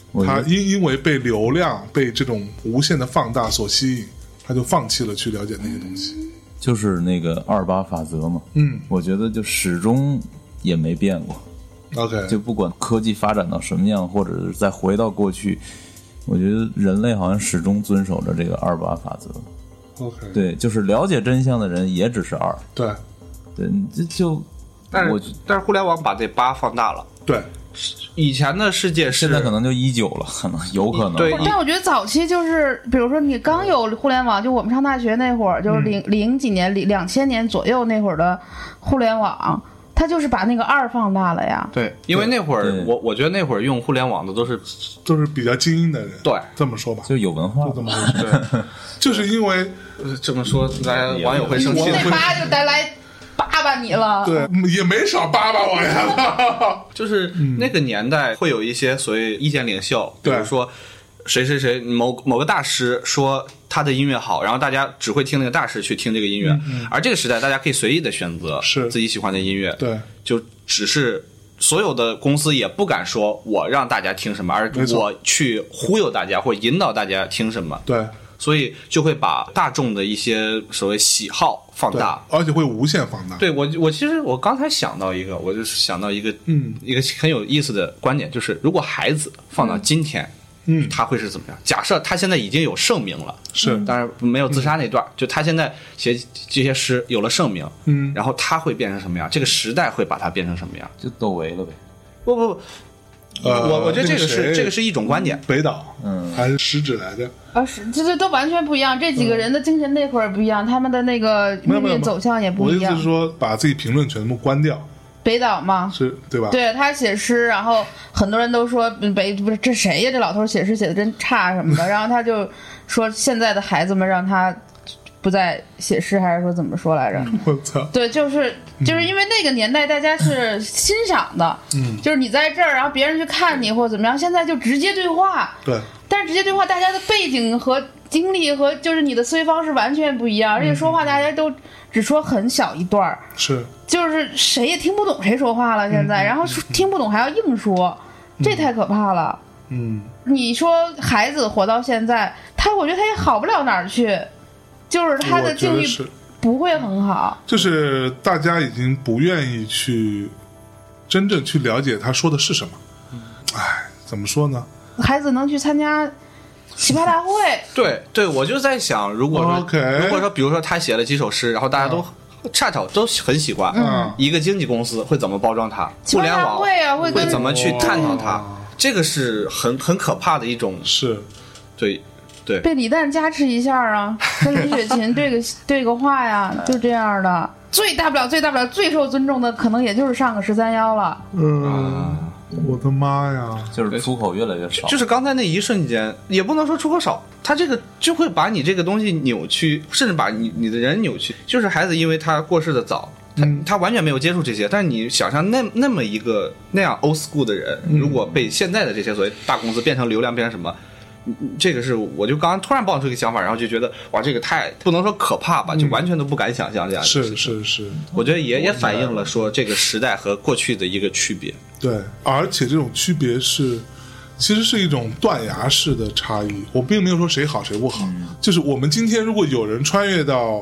他因为被流量被这种无限的放大所吸引，他就放弃了去了解那些东西。 就是那个28法则嘛，我觉得就始终也没变过。 OK， 就不管科技发展到什么样，或者是再回到过去，我觉得人类好像始终遵守着这个28法则。 OK， 对，就是了解真相的人也只是2。 对， 这就， 但是互联网把这8放大了。 对。 以前的世界是现在可能就19了，可能有可能。 对， 但我觉得早期就是，比如说你刚有互联网，就我们上大学那会儿，就是零几年、2000年左右那会儿的互联网，它就是把那个2放大了呀。 对，因为那会儿我觉得那会儿用互联网的都是比较精英的人。 对， 这么说吧， 就有文化， 就这么回事。对，就是因为这么说，网友会生气。 那8就得来。8你了， 对，也没少8我呀。 就是那个年代会有一些所谓意见领袖，比如说谁某个大师说他的音乐好，然后大家只会听那个大师去听这个音乐，而这个时代大家可以随意的选择自己喜欢的音乐， 对， 就只是所有的公司也不敢说我让大家听什么，而我去忽悠大家或引导大家听什么， 对。 所以就会把大众的一些所谓喜好放大， 而且会无限放大。 对，我其实我刚才想到一个，我就是想到一个很有意思的观点，就是如果孩子放到今天，他会是怎么样？假设他现在已经有盛名了， 是， 当然没有自杀那段，就他现在写这些诗有了盛名，然后他会变成什么样？这个时代会把他变成什么样？ 就窦唯了呗。 不。我觉得这个是一种观点。 北岛，还是食指来着？ 这都完全不一样。这几个人的精神内核不一样，他们的那个命运走向也不一样。 我的意思是说，把自己评论全部关掉。 北岛吗？ 是对吧？ 对，他写诗，然后很多人都说不是这谁呀？这老头写诗写的真差什么的。然后他就说，现在的孩子们让他不再写诗，还是说怎么说来着？ 我操！ 对，就是因为那个年代大家是欣赏的，就是你在这儿，然后别人去看你或者怎么样。现在就直接对话， 对， 但是直接对话，大家的背景和经历和就是你的思维方式完全不一样，而且说话大家都只说很小一段， 是， 就是谁也听不懂谁说话了。现在，然后听不懂还要硬说，这太可怕了。你说孩子活到现在，我觉得他也好不了哪儿去。就是他的境遇不会很好， 就是大家已经不愿意去真正去了解他说的是什么。怎么说呢？ 孩子能去参加奇葩大会， 对，我就在想，如果说，比如说他写了几首诗，然后大家都恰巧都很喜欢，一个经纪公司会怎么包装他？互联网会怎么去探讨他？这个是很可怕的一种， 是， 对。对， 被李诞加持一下啊，跟李雪琴对个话呀，就这样的。最大不了最受尊重的，可能也就是上个13+了。 我的妈呀！ 就是出口越来越少。 就是刚才那一瞬间，也不能说出口少，他这个就会把你这个东西扭曲，甚至把你的人扭曲。就是孩子，因为他过世的早，他完全没有接触这些。但是你想象那么一个那样 old school 的人，如果被现在的这些所谓大公司变成流量，变成什么？这个是我就刚刚突然爆出一个想法，然后就觉得哇，这个太不能说可怕吧，就完全都不敢想象这样的事情。 是， 我觉得也反映了说这个时代和过去的一个区别。 对，而且这种区别其实是一种断崖式的差异。我并没有说谁好谁不好，就是我们今天如果有人穿越到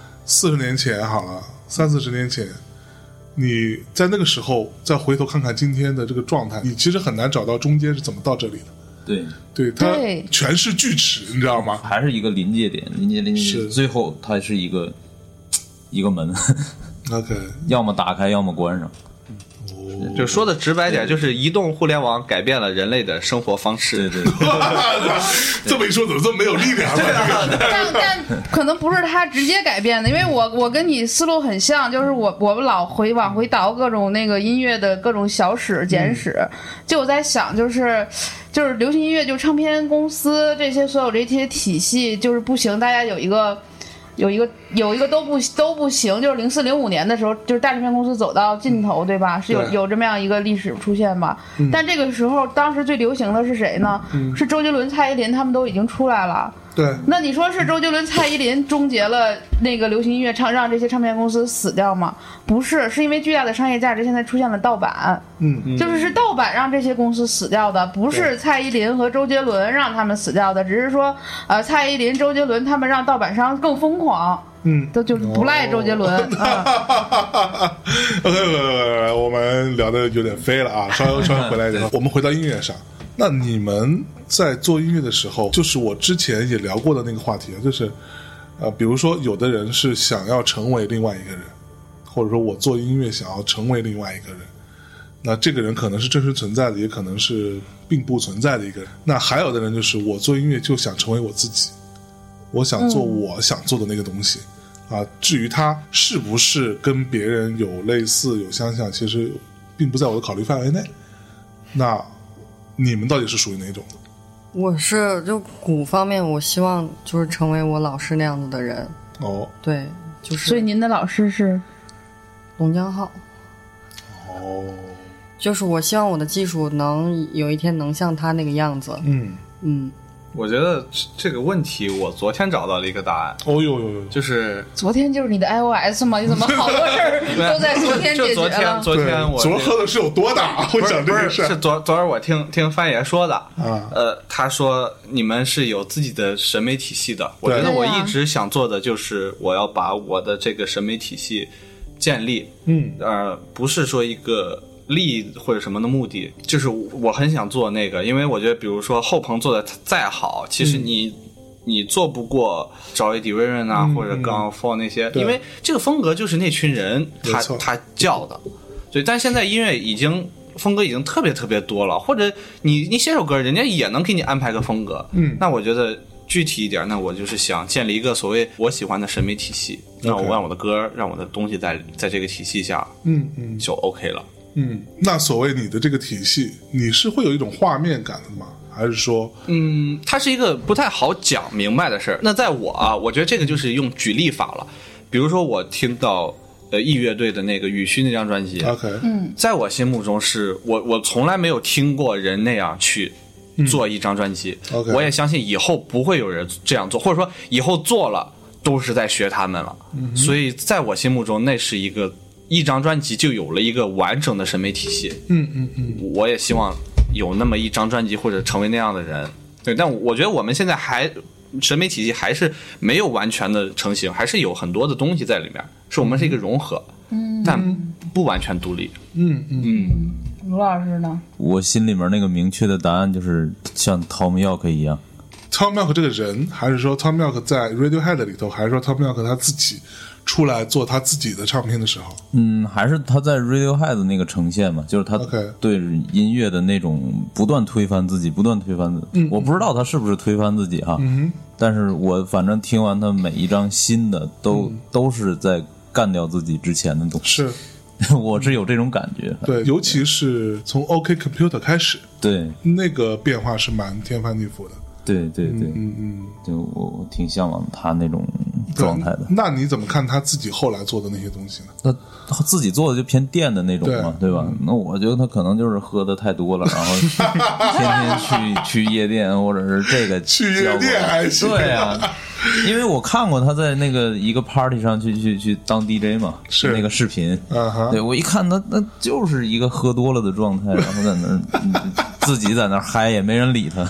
40年前好了，30-40年前，你在那个时候再回头看看今天的这个状态，你其实很难找到中间是怎么到这里的。对，它全是锯齿，你知道吗？ 还是一个临界点，最后它是一个门 OK， 要么打开，要么关上。 就说的直白点，就是移动互联网改变了人类的生活方式。 对， 这么一说怎么这么没有力量呢？ 但可能不是他直接改变的，因为我跟你思路很像，就是我老往回倒各种那个音乐的各种小史简史，就我在想就是流行音乐，就唱片公司这些所有这些体系就是不行，大家有一个都不行，就是04-05年的时候，就是大唱片公司走到尽头，对吧？是有这么样一个历史出现吧？但这个时候，当时最流行的是谁呢？是周杰伦、蔡依林，他们都已经出来了。 对， 那你说是周杰伦、蔡依林终结了那个流行音乐让这些唱片公司死掉吗？不是，是因为巨大的商业价值现在出现了盗版。就是盗版让这些公司死掉的，不是蔡依林和周杰伦让他们死掉的，只是说蔡依林、周杰伦他们让盗版商更疯狂。都就不赖周杰伦。 OK， 我们聊的有点飞了啊，稍微回来一点。我们回到音乐上，那你们在做音乐的时候，就是我之前也聊过的那个话题，就是比如说有的人是想要成为另外一个人，或者说我做音乐想要成为另外一个人，那这个人可能是真实存在的，也可能是并不存在的一个人。那还有的人就是我做音乐就想成为我自己，我想做我想做的那个东西。至于他是不是跟别人有类似有相像，其实并不在我的考虑范围内。那你们到底是属于哪种？ 我是就鼓方面，我希望就是成为我老师那样子的人。对，就是所以您的老师是龙江浩。就是我希望我的技术能有一天能像他那个样子。 我觉得这个问题我昨天找到了一个答案。就是昨天就是你的 iOS 吗？你怎么好多事儿都在昨天解决了？ 昨天我昨喝的是有多大？我讲这个事是昨儿我听范爷说的。他说你们是有自己的审美体系的。我觉得我一直想做的就是我要把我的这个审美体系建立。不是说一个利益或者什么的目的，就是我很想做那个，因为我觉得比如说后朋做的再好，其实你做不过找迪威润啊，或者刚 for 那些，因为这个风格就是那群人他叫的。对，但现在音乐风格已经特别特别多了，或者你写首歌人家也能给你安排个风格。那我觉得具体一点，那我就是想建立一个所谓我喜欢的审美体系，让我的歌让我的东西在这个体系下就 OK 了。 那所谓你的这个体系，你是会有一种画面感的吗？还是说它是一个不太好讲明白的事儿。那在我觉得这个就是用举例法了。比如说我听到E乐队的那个雨虚那张专辑，在我心目中是我从来没有听过人那样去做一张专辑。我也相信以后不会有人这样做，或者说以后做了都是在学他们了。所以在我心目中那是一张专辑就有了一个完整的审美体系。我也希望有那么一张专辑或者成为那样的人。对，但我觉得我们现在审美体系还是没有完全的成型，还是有很多的东西在里面，是我们是一个融合，但不完全独立。 卢老师呢？ 我心里面那个明确的答案就是像 Tom York 一样。 Tom York 这个人，还是说 Tom York 在 Radiohead 里头，还是说 Tom York 他自己出来做他自己的唱片的时候？ 还是他在 Radiohead 那个呈现嘛，就是他对音乐的那种不断推翻自己，不断推翻自己。我不知道他是不是推翻自己哈，但是我反正听完他每一张新的都是在干掉自己之前的东西。是。我是有这种感觉。 对，尤其是从 OK Computer 开始， 对， 那个变化是蛮天翻地覆的。 对，就我挺向往他那种状态的。 那你怎么看他自己后来做的那些东西呢？ 他自己做的就偏电的那种嘛，对吧？那我觉得他可能就是喝的太多了，然后天天去夜店，或者是这个去夜店还行。 对啊，因为我看过他在那个一个 party 上去当 DJ 嘛，是那个视频。对，我一看他那就是一个喝多了的状态，然后在那自己在那嗨，也没人理他。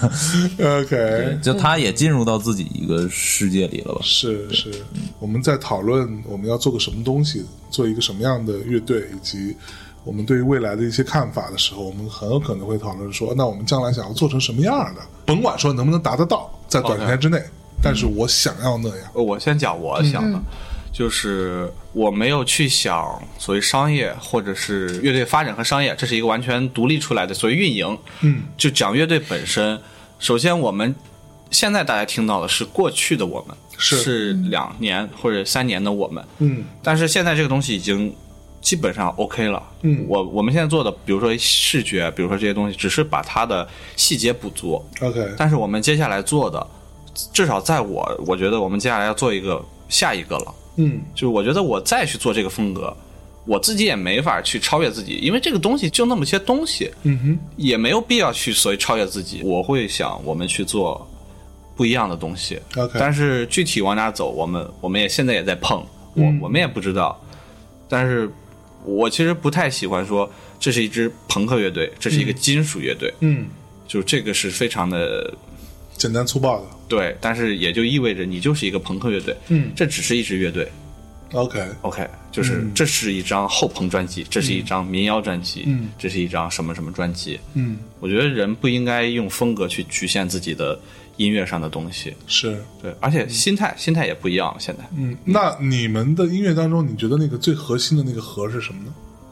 OK， 就他也进入到自己一个世界里了吧？ 是，我们在讨论我们要做个什么东西，做一个什么样的乐队，以及我们对于未来的一些看法的时候，我们很有可能会讨论说，那我们将来想要做成什么样的？甭管说能不能达得到，在短时间之内，但是我想要那样。 我先讲我想的。就是我没有去想所谓商业或者是乐队发展和商业，这是一个完全独立出来的所谓运营。就讲乐队本身，首先我们现在大家听到的是过去的我们，是2年或者3年的我们。但是现在这个东西已经基本上 OK 了。我们现在做的，比如说视觉，比如说这些东西，只是把它的细节补足。 OK， 但是我们接下来做的，至少在我觉得我们接下来要做下一个了。就是我觉得我再去做这个风格，我自己也没法去超越自己，因为这个东西就那么些东西，也没有必要去所谓超越自己。我会想我们去做不一样的东西。 Okay. 但是具体往哪走，我们也现在也在碰，我们也不知道。但是我其实不太喜欢说这是一支朋克乐队，这是一个金属乐队，就这个是非常的简单粗暴的。 对，但是也就意味着你就是一个朋克乐队，这只是一支乐队。 OK， 就是这是一张后朋专辑，这是一张民谣专辑，这是一张什么什么专辑。我觉得人不应该用风格去局限自己的音乐上的东西， 是对，而且心态也不一样了。现在， 那你们的音乐当中，你觉得那个最核心的那个核是什么呢？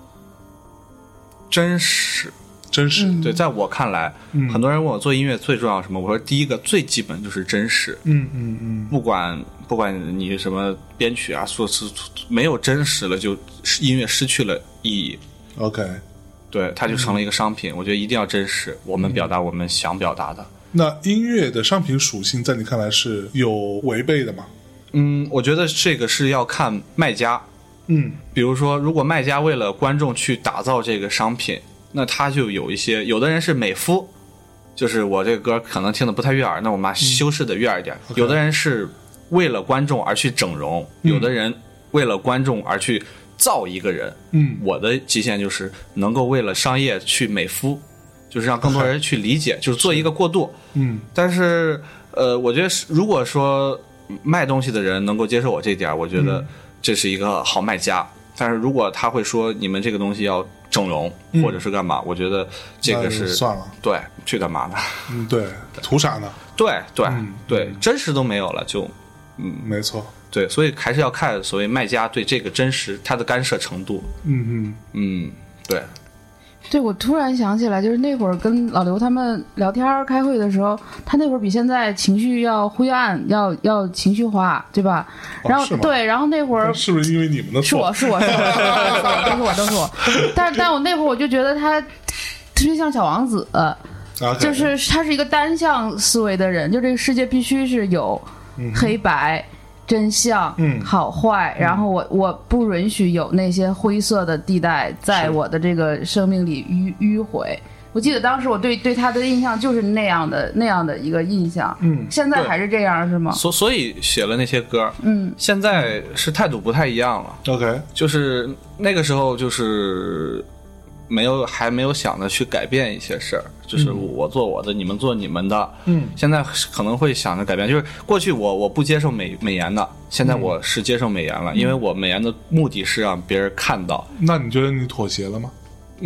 真实。对，在我看来，很多人问我做音乐最重要什么，我说第一个最基本就是真实。不管你什么编曲啊，说是没有真实了，就音乐失去了意义。 OK， 对，它就成了一个商品。我觉得一定要真实，我们表达我们想表达的。 那音乐的商品属性，在你看来是有违背的吗？ 我觉得这个是要看卖家。比如说，如果卖家为了观众去打造这个商品，那他就有一些，有的人是美肤，就是我这个歌可能听得不太悦耳，那我们修饰的悦耳一点。有的人是为了观众而去整容，有的人为了观众而去造一个人。我的极限就是能够为了商业去美肤，就是让更多人去理解，就是做一个过渡。但是我觉得如果说卖东西的人能够接受我这点，我觉得这是一个好卖家。但是如果他会说你们这个东西要整容或者是干嘛，我觉得这个是算了， 对，去干嘛呢？ 对，图啥呢？ 对，真实都没有了，就没错， 对，所以还是要看所谓卖家对这个真实他的干涉程度。对。 对，我突然想起来，就是那会儿跟老刘他们聊天开会的时候，他那会儿比现在情绪要灰暗，要情绪化，对吧？然后对，然后那会儿是不是因为你们的错？ 是我都是我。但我那会儿我就觉得他特别像小王子，就是他是一个单向思维的人，就这个世界必须是有黑白。真相，好坏，然后我不允许有那些灰色的地带在我的这个生命里迂回。我记得当时我对他的印象就是那样的一个印象。现在还是这样是吗？ 所以写了那些歌。现在是态度不太一样了。 OK， 就是那个时候就是还没有想着去改变一些事儿，就是我做我的，你们做你们的。现在可能会想着改变，就是过去我不接受美颜的，现在我是接受美颜了，因为我美颜的目的是让别人看到。 那你觉得你妥协了吗？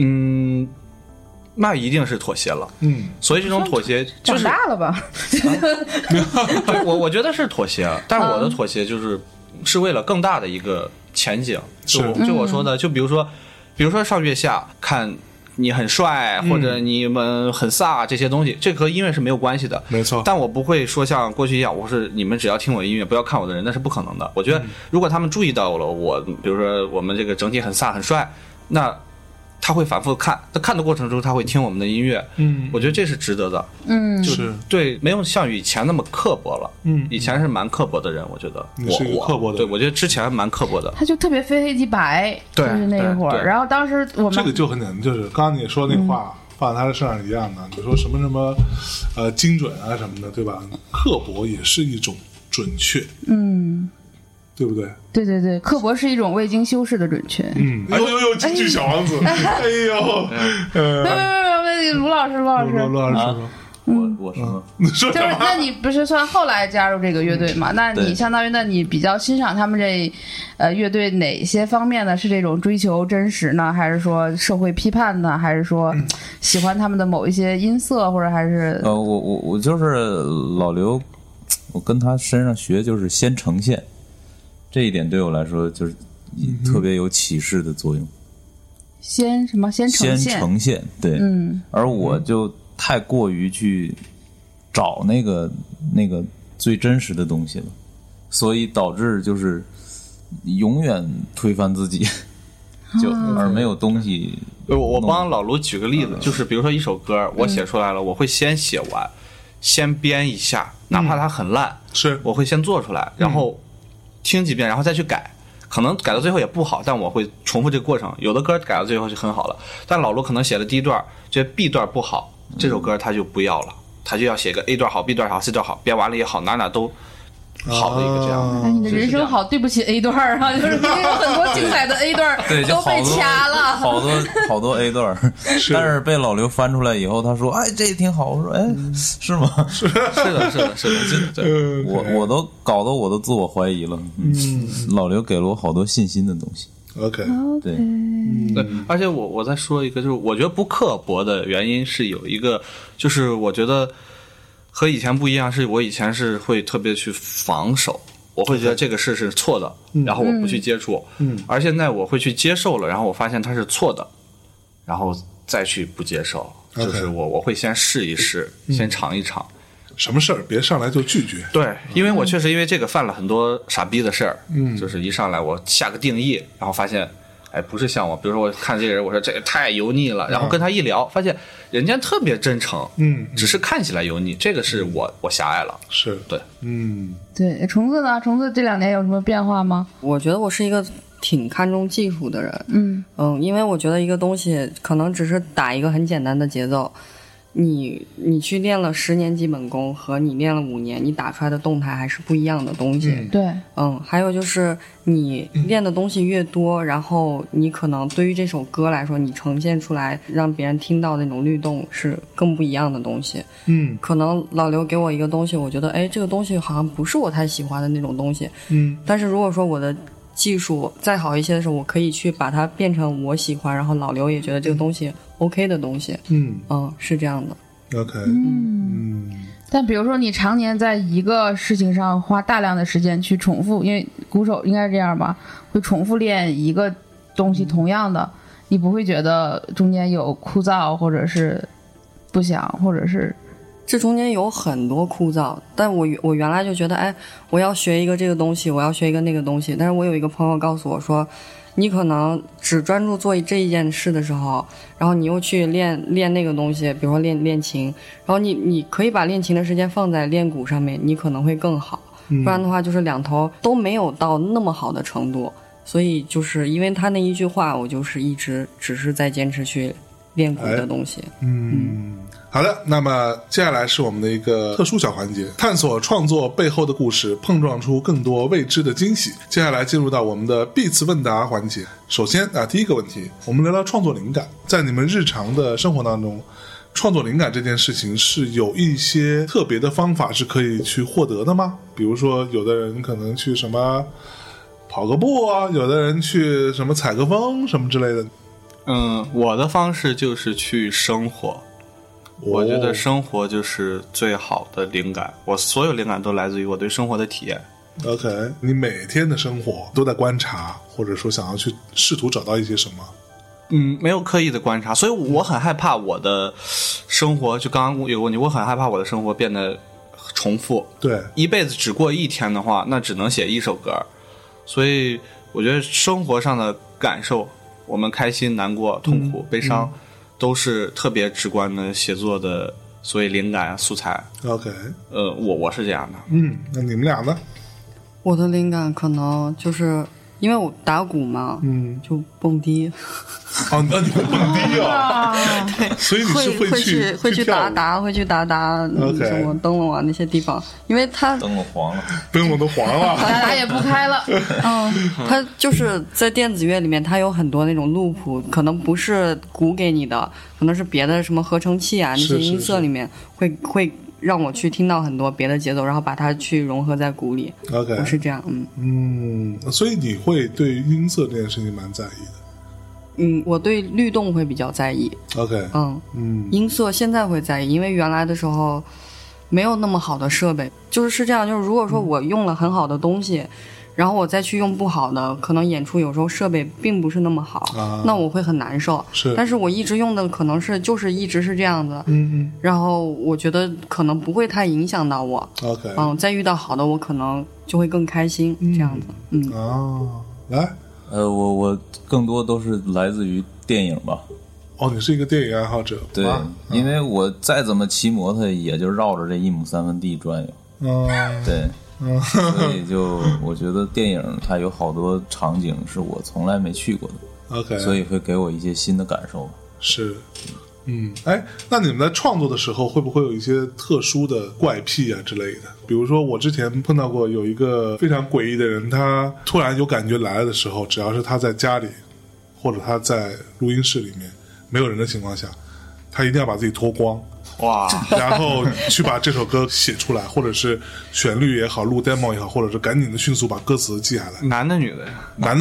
那一定是妥协了。所以这种妥协就是长大了吧？ 我觉得是妥协了，但是我的妥协是为了更大的一个前景。就我说的，就比如说上月下看你很帅，或者你们很飒这些东西，这和音乐是没有关系的， 没错。 但我不会说像过去一样，我是你们只要听我音乐，不要看我的人，那是不可能的。我觉得如果他们注意到了我，比如说我们这个整体很飒很帅，那他会反复看，在看的过程中他会听我们的音乐。我觉得这是值得的。就是对，没有像以前那么刻薄了。以前是蛮刻薄的人，我觉得你是一个刻薄的人。 对，我觉得之前蛮刻薄的。 他就特别非黑即白，就是那会儿。然后当时我们这个就很简单，就是刚刚你说那话放在他的身上一样的。你说什么精准啊什么的，对吧？刻薄也是一种准确。对不对？ 对，刻薄是一种未经修饰的准确。 又京剧小王子，哎呦， 没有，卢老师说， 我说， 你说就是那你不是算后来加入这个乐队嘛？那你相当于你比较欣赏他们这乐队哪些方面呢？是这种追求真实呢，还是说社会批判呢，还是说喜欢他们的某一些音色，或者还是我就是老刘，我跟他身上学就是先呈现。这一点对我来说就是特别有启示的作用。 先呈现， 对，而我就太过于去找那个最真实的东西了，所以导致就是永远推翻自己，而没有东西。 我帮老卢举个例子，就是比如说一首歌我写出来了，我会先写完，先编一下，哪怕它很烂， 是我会先做出来，然后听几遍，然后再去改，可能改到最后也不好，但我会重复这个过程。有的歌改到最后就很好了，但老卢可能写了第一段，觉得 B 段不好，这首歌他就不要了， 他就要写个 A 段好 B 段好 C 段好，编完了也好，哪都好的一个这样。 哎，你的人生好对不起 A 段啊，就是有很多精彩的 A 段都被掐了， 好多 A 段，但是被老刘翻出来以后，他说：“哎，这也挺好。”我说：“哎，是吗？ 是的，真的， 我都搞得我都自我怀疑了。”老刘给了我好多信心的东西。 OK， 对， 对，而且我再说一个，就是我觉得不刻薄的原因是有一个，就是我觉得和以前不一样，是我以前是会特别去防守，我会觉得这个事是错的，然后我不去接触，而现在我会去接受了，然后我发现它是错的，然后再去不接受，就是我会先试一试，先尝一尝。 什么事儿别上来就拒绝。 对，因为我确实因为这个犯了很多傻逼的事儿，就是一上来我下个定义，然后发现，哎，不是像我，比如说我看这个人，我说这个太油腻了，然后跟他一聊，发现人家特别真诚，只是看起来油腻，这个是我狭隘了， 是对， 对，虫子呢？虫子这2年有什么变化吗？ 我觉得我是一个挺看重技术的人，因为我觉得一个东西可能只是打一个很简单的节奏。你去练了10年基本功和你练了5年，你打出来的动态还是不一样的东西。 对， 还有就是你练的东西越多，然后你可能对于这首歌来说，你呈现出来让别人听到的那种律动是更不一样的东西。可能老刘给我一个东西，我觉得哎，这个东西好像不是我太喜欢的那种东西。但是如果说我的技术再好一些的时候，我可以去把它变成我喜欢，然后老刘也觉得这个东西 OK 的东西。是这样的。 OK， 但比如说你常年在一个事情上花大量的时间去重复，因为鼓手应该是这样吧，会重复练一个东西，同样的，你不会觉得中间有枯燥，或者是不想，或者是这中间有很多枯燥，但我原来就觉得，哎，我要学一个这个东西，我要学一个那个东西。但是我有一个朋友告诉我说，你可能只专注做这一件事的时候，然后你又去练那个东西，比如说练琴，然后你可以把练琴的时间放在练鼓上面，你可能会更好。不然的话，就是两头都没有到那么好的程度。所以就是因为他那一句话，我就是一直只是在坚持去练鼓的东西。 好的，那么接下来是我们的一个特殊小环节，探索创作背后的故事，碰撞出更多未知的惊喜。接下来进入到我们的必词问答环节。首先第一个问题，我们聊聊创作灵感。在你们日常的生活当中，创作灵感这件事情是有一些特别的方法是可以去获得的吗？比如说有的人可能去什么跑个步啊，有的人去什么采个风什么之类的。 我的方式就是去生活。我觉得生活就是最好的灵感，我所有灵感都来自于我对生活的体验。 OK， 你每天的生活都在观察，或者说想要去试图找到一些什么？ 没有刻意的观察，所以我很害怕我的生活，就刚刚有个问题，我很害怕我的生活变得重复。 对， 一辈子只过一天的话，那只能写一首歌。所以我觉得生活上的感受，我们开心、难过、痛苦、悲伤，都是特别直观的写作的所谓灵感素材。 OK， 我是这样的。 那你们俩呢？ 我的灵感可能就是因为我打鼓嘛，就蹦迪。 那你会蹦迪啊？ 对， 所以你是会去达会去达什么灯笼啊那些地方，因为它灯笼黄了， 灯笼都黄了， 达也不开了。 它就是在电子乐里面，它有很多那种路谱，可能不是鼓给你的，可能是别的什么合成器啊那些音色里面会让我去听到很多别的节奏，然后把它去融合在鼓里。 OK， 我是这样。 所以你会对音色这件事情蛮在意的。 我对律动会比较在意。 OK， 音色现在会在意，因为原来的时候没有那么好的设备，就是这样。就是如果说我用了很好的东西，然后我再去用不好的，可能演出有时候设备并不是那么好，那我会很难受。但是我一直用的可能是就是一直是这样子，然后我觉得可能不会太影响到我。 OK， 再遇到好的，我可能就会更开心，这样子。 来。 我更多都是来自于电影吧。 你是一个电影爱好者。 对，因为我再怎么骑摩托，也就绕着这1亩3分地转悠。对，所以就我觉得电影它有好多场景是我从来没去过的。 OK， 所以会给我一些新的感受。 是， 哎，那你们在创作的时候会不会有一些特殊的怪癖啊之类的？比如说我之前碰到过有一个非常诡异的人，他突然有感觉来了的时候，只要是他在家里或者他在录音室里面没有人的情况下，他一定要把自己脱光， 哇， 然后去把这首歌写出来，或者是旋律也好，录 demo 也好，或者是赶紧的迅速把歌词记下来。 男的女的呀？ 男的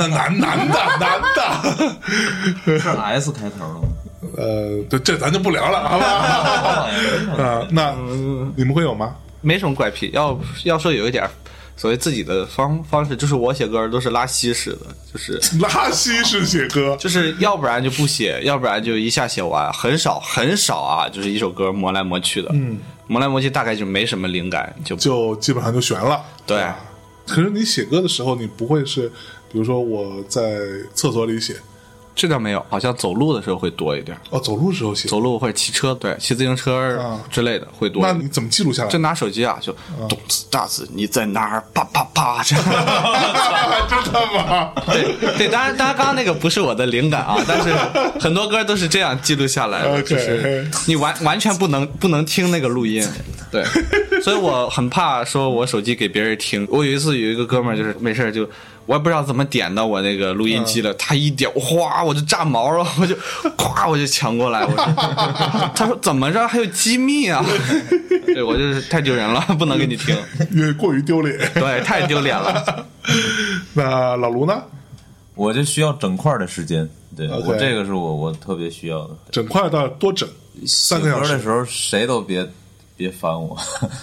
是 S 开头的吗？ 这咱就不聊了，好吧？那你们会有吗？ 没什么怪癖，要说有一点所谓自己的方式，就是我写歌都是拉稀式的，就是拉稀式写歌， 就是要不然就不写，要不然就一下写完，很少啊，就是一首歌磨来磨去的，磨来磨去大概就没什么灵感， 就基本上就悬了。 对， 可是你写歌的时候，你不会是，比如说我在厕所里写。 这倒没有，好像走路的时候会多一点。 哦，走路的时候写， 走路或者骑车，对，骑自行车之类的会多。 那你怎么记录下来？ 就拿手机啊，就动次大次你在哪儿，啪啪啪，这样。 真的吗？ 对，当然刚刚那个不是我的灵感啊，但是很多歌都是这样记录下来的，就是你完全不能听那个录音，对，所以我很怕说我手机给别人听。我有一次有一个哥们儿就是没事就。我也不知道怎么点到我那个录音机了，他一点，哗，我就炸毛了，我就，咵，我就抢过来，我说，他说怎么着还有机密啊？对，我就是太丢人了，不能给你听， 因为过于丢脸， 对，太丢脸了。 那老卢呢？ 我就需要整块的时间，对，我这个是我特别需要的。 整块到多整？3个小时的时候，谁都别烦我。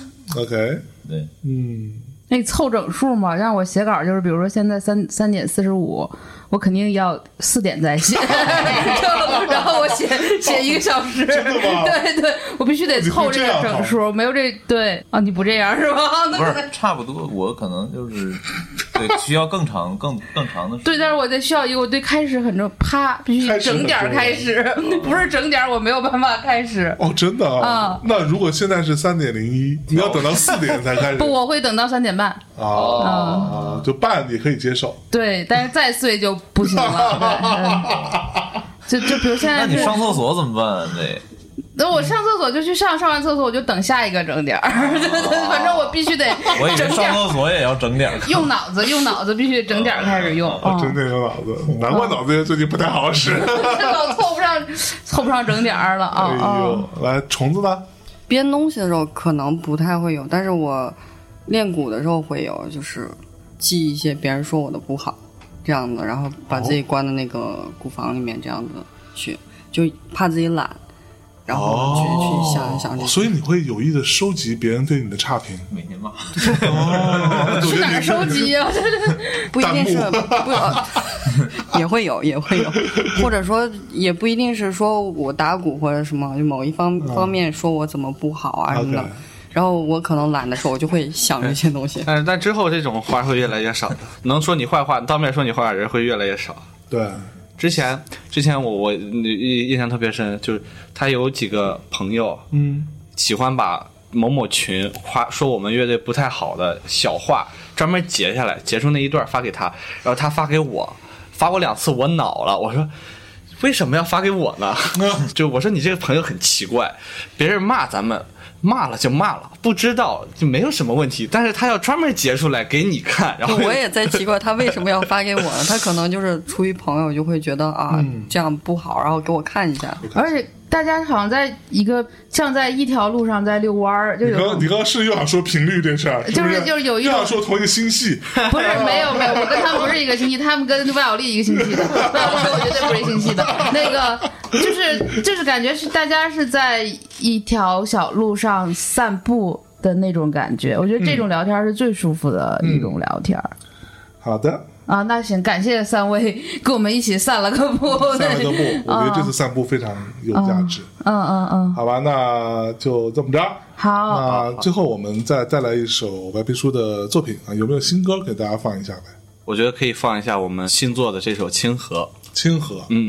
OK， 对， 那凑整数嘛，让我写稿就是，比如说现在3点45，我肯定要4点再写，然后我写1个小时。 真的吗？ 对，我必须得凑这个整数，没有这对啊，你不这样是吧？ 不是，差不多，我可能就是对需要更长的时间。 对，但是我得需要一个，我对开始很重，啪，必须整点开始，不是整点我没有办法开始。 哦，真的啊？那如果现在是3.01，你要等到4点才开始？ 不，我会等到3点半。 就半也可以接受。 对，但是再碎就不行了。就比如现在， 那你上厕所怎么办？ 那我上厕所就去上完厕所我就等下一个整点反正我必须得。 我以为上厕所也要整点。 用脑子必须得整点开始用。 真的有脑子，难怪脑子最近不太好使。 老凑不上整点了啊！ 哎呦，来虫子呢？ 编东西的时候可能不太会有，但是我练鼓的时候会有，就是记一些别人说我的不好这样的，然后把自己关在那个鼓房里面这样子去，就怕自己懒，然后去想一想这些。 所以你会有意的收集别人对你的差评， 每天骂。 去哪儿收集啊？ 不一定是也会有，或者说也不一定是说我打鼓或者什么，就某一方面说我怎么不好啊什么的。然后我可能懒的时候，我就会想这些东西。 但之后这种话会越来越少的，能说你坏话、当面说你坏话的人会越来越少。 对， 之前我印象特别深，就是他有几个朋友，喜欢把某某群说我们乐队不太好的小话专门截下来，截出那一段发给他，然后他发给我，发过2次，我恼了，我说。为什么要发给我呢？就我说你这个朋友很奇怪，别人骂咱们骂了就骂了，不知道就没有什么问题，但是他要专门截出来给你看，然后我也在奇怪他为什么要发给我呢？他可能就是出于朋友就会觉得这样不好，然后给我看一下。 而且大家好像在像在一条路上在遛弯儿，就有你刚刚是又想说频率这事儿， 就是有一种又想说同一个星系， 不是没有，我跟他们不是一个星系，他们跟万晓利一个星系的，万晓利我绝对不是一个星系的。那个就是感觉是大家是在一条小路上散步的那种感觉，我觉得这种聊天是最舒服的一种聊天。 好的。 那行，感谢3位跟我们一起散了个步。 我觉得这次散步非常有价值。好吧，那就这么着。 好， 那最后我们再带来一首白皮书的作品有没有新歌给大家放一下呗？ 我觉得可以放一下我们新做的这首《清河》。 清河，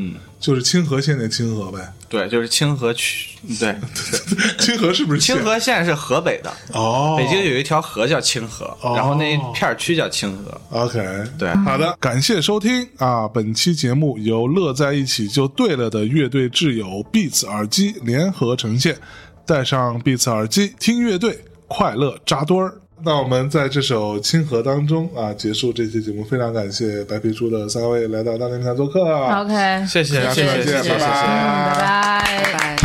就是清河县的清河呗。 对，就是清河区。对， 清河是不是清河县是河北的？ 哦， 北京有一条河叫清河，然后那一片区叫清河。 OK， 对， 好的，感谢收听啊！本期节目由乐在一起就对了的乐队挚友 Beats 耳机联合呈现，戴上 Beats 耳机听乐队，快乐扎堆儿。那我们在这首清河当中啊，结束这期节目。非常感谢白皮书的3位来到大内密谈做客。 OK， 谢谢， 谢谢，拜拜， 拜拜。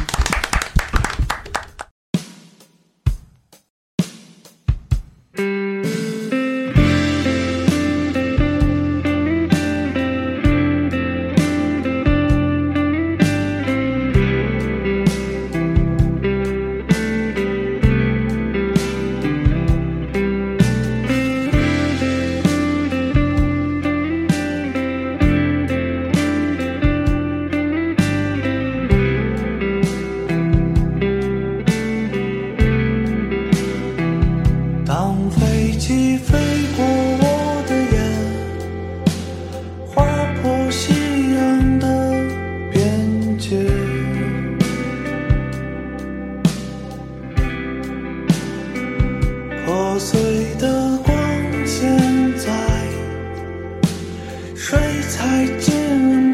破碎的光线在水彩溅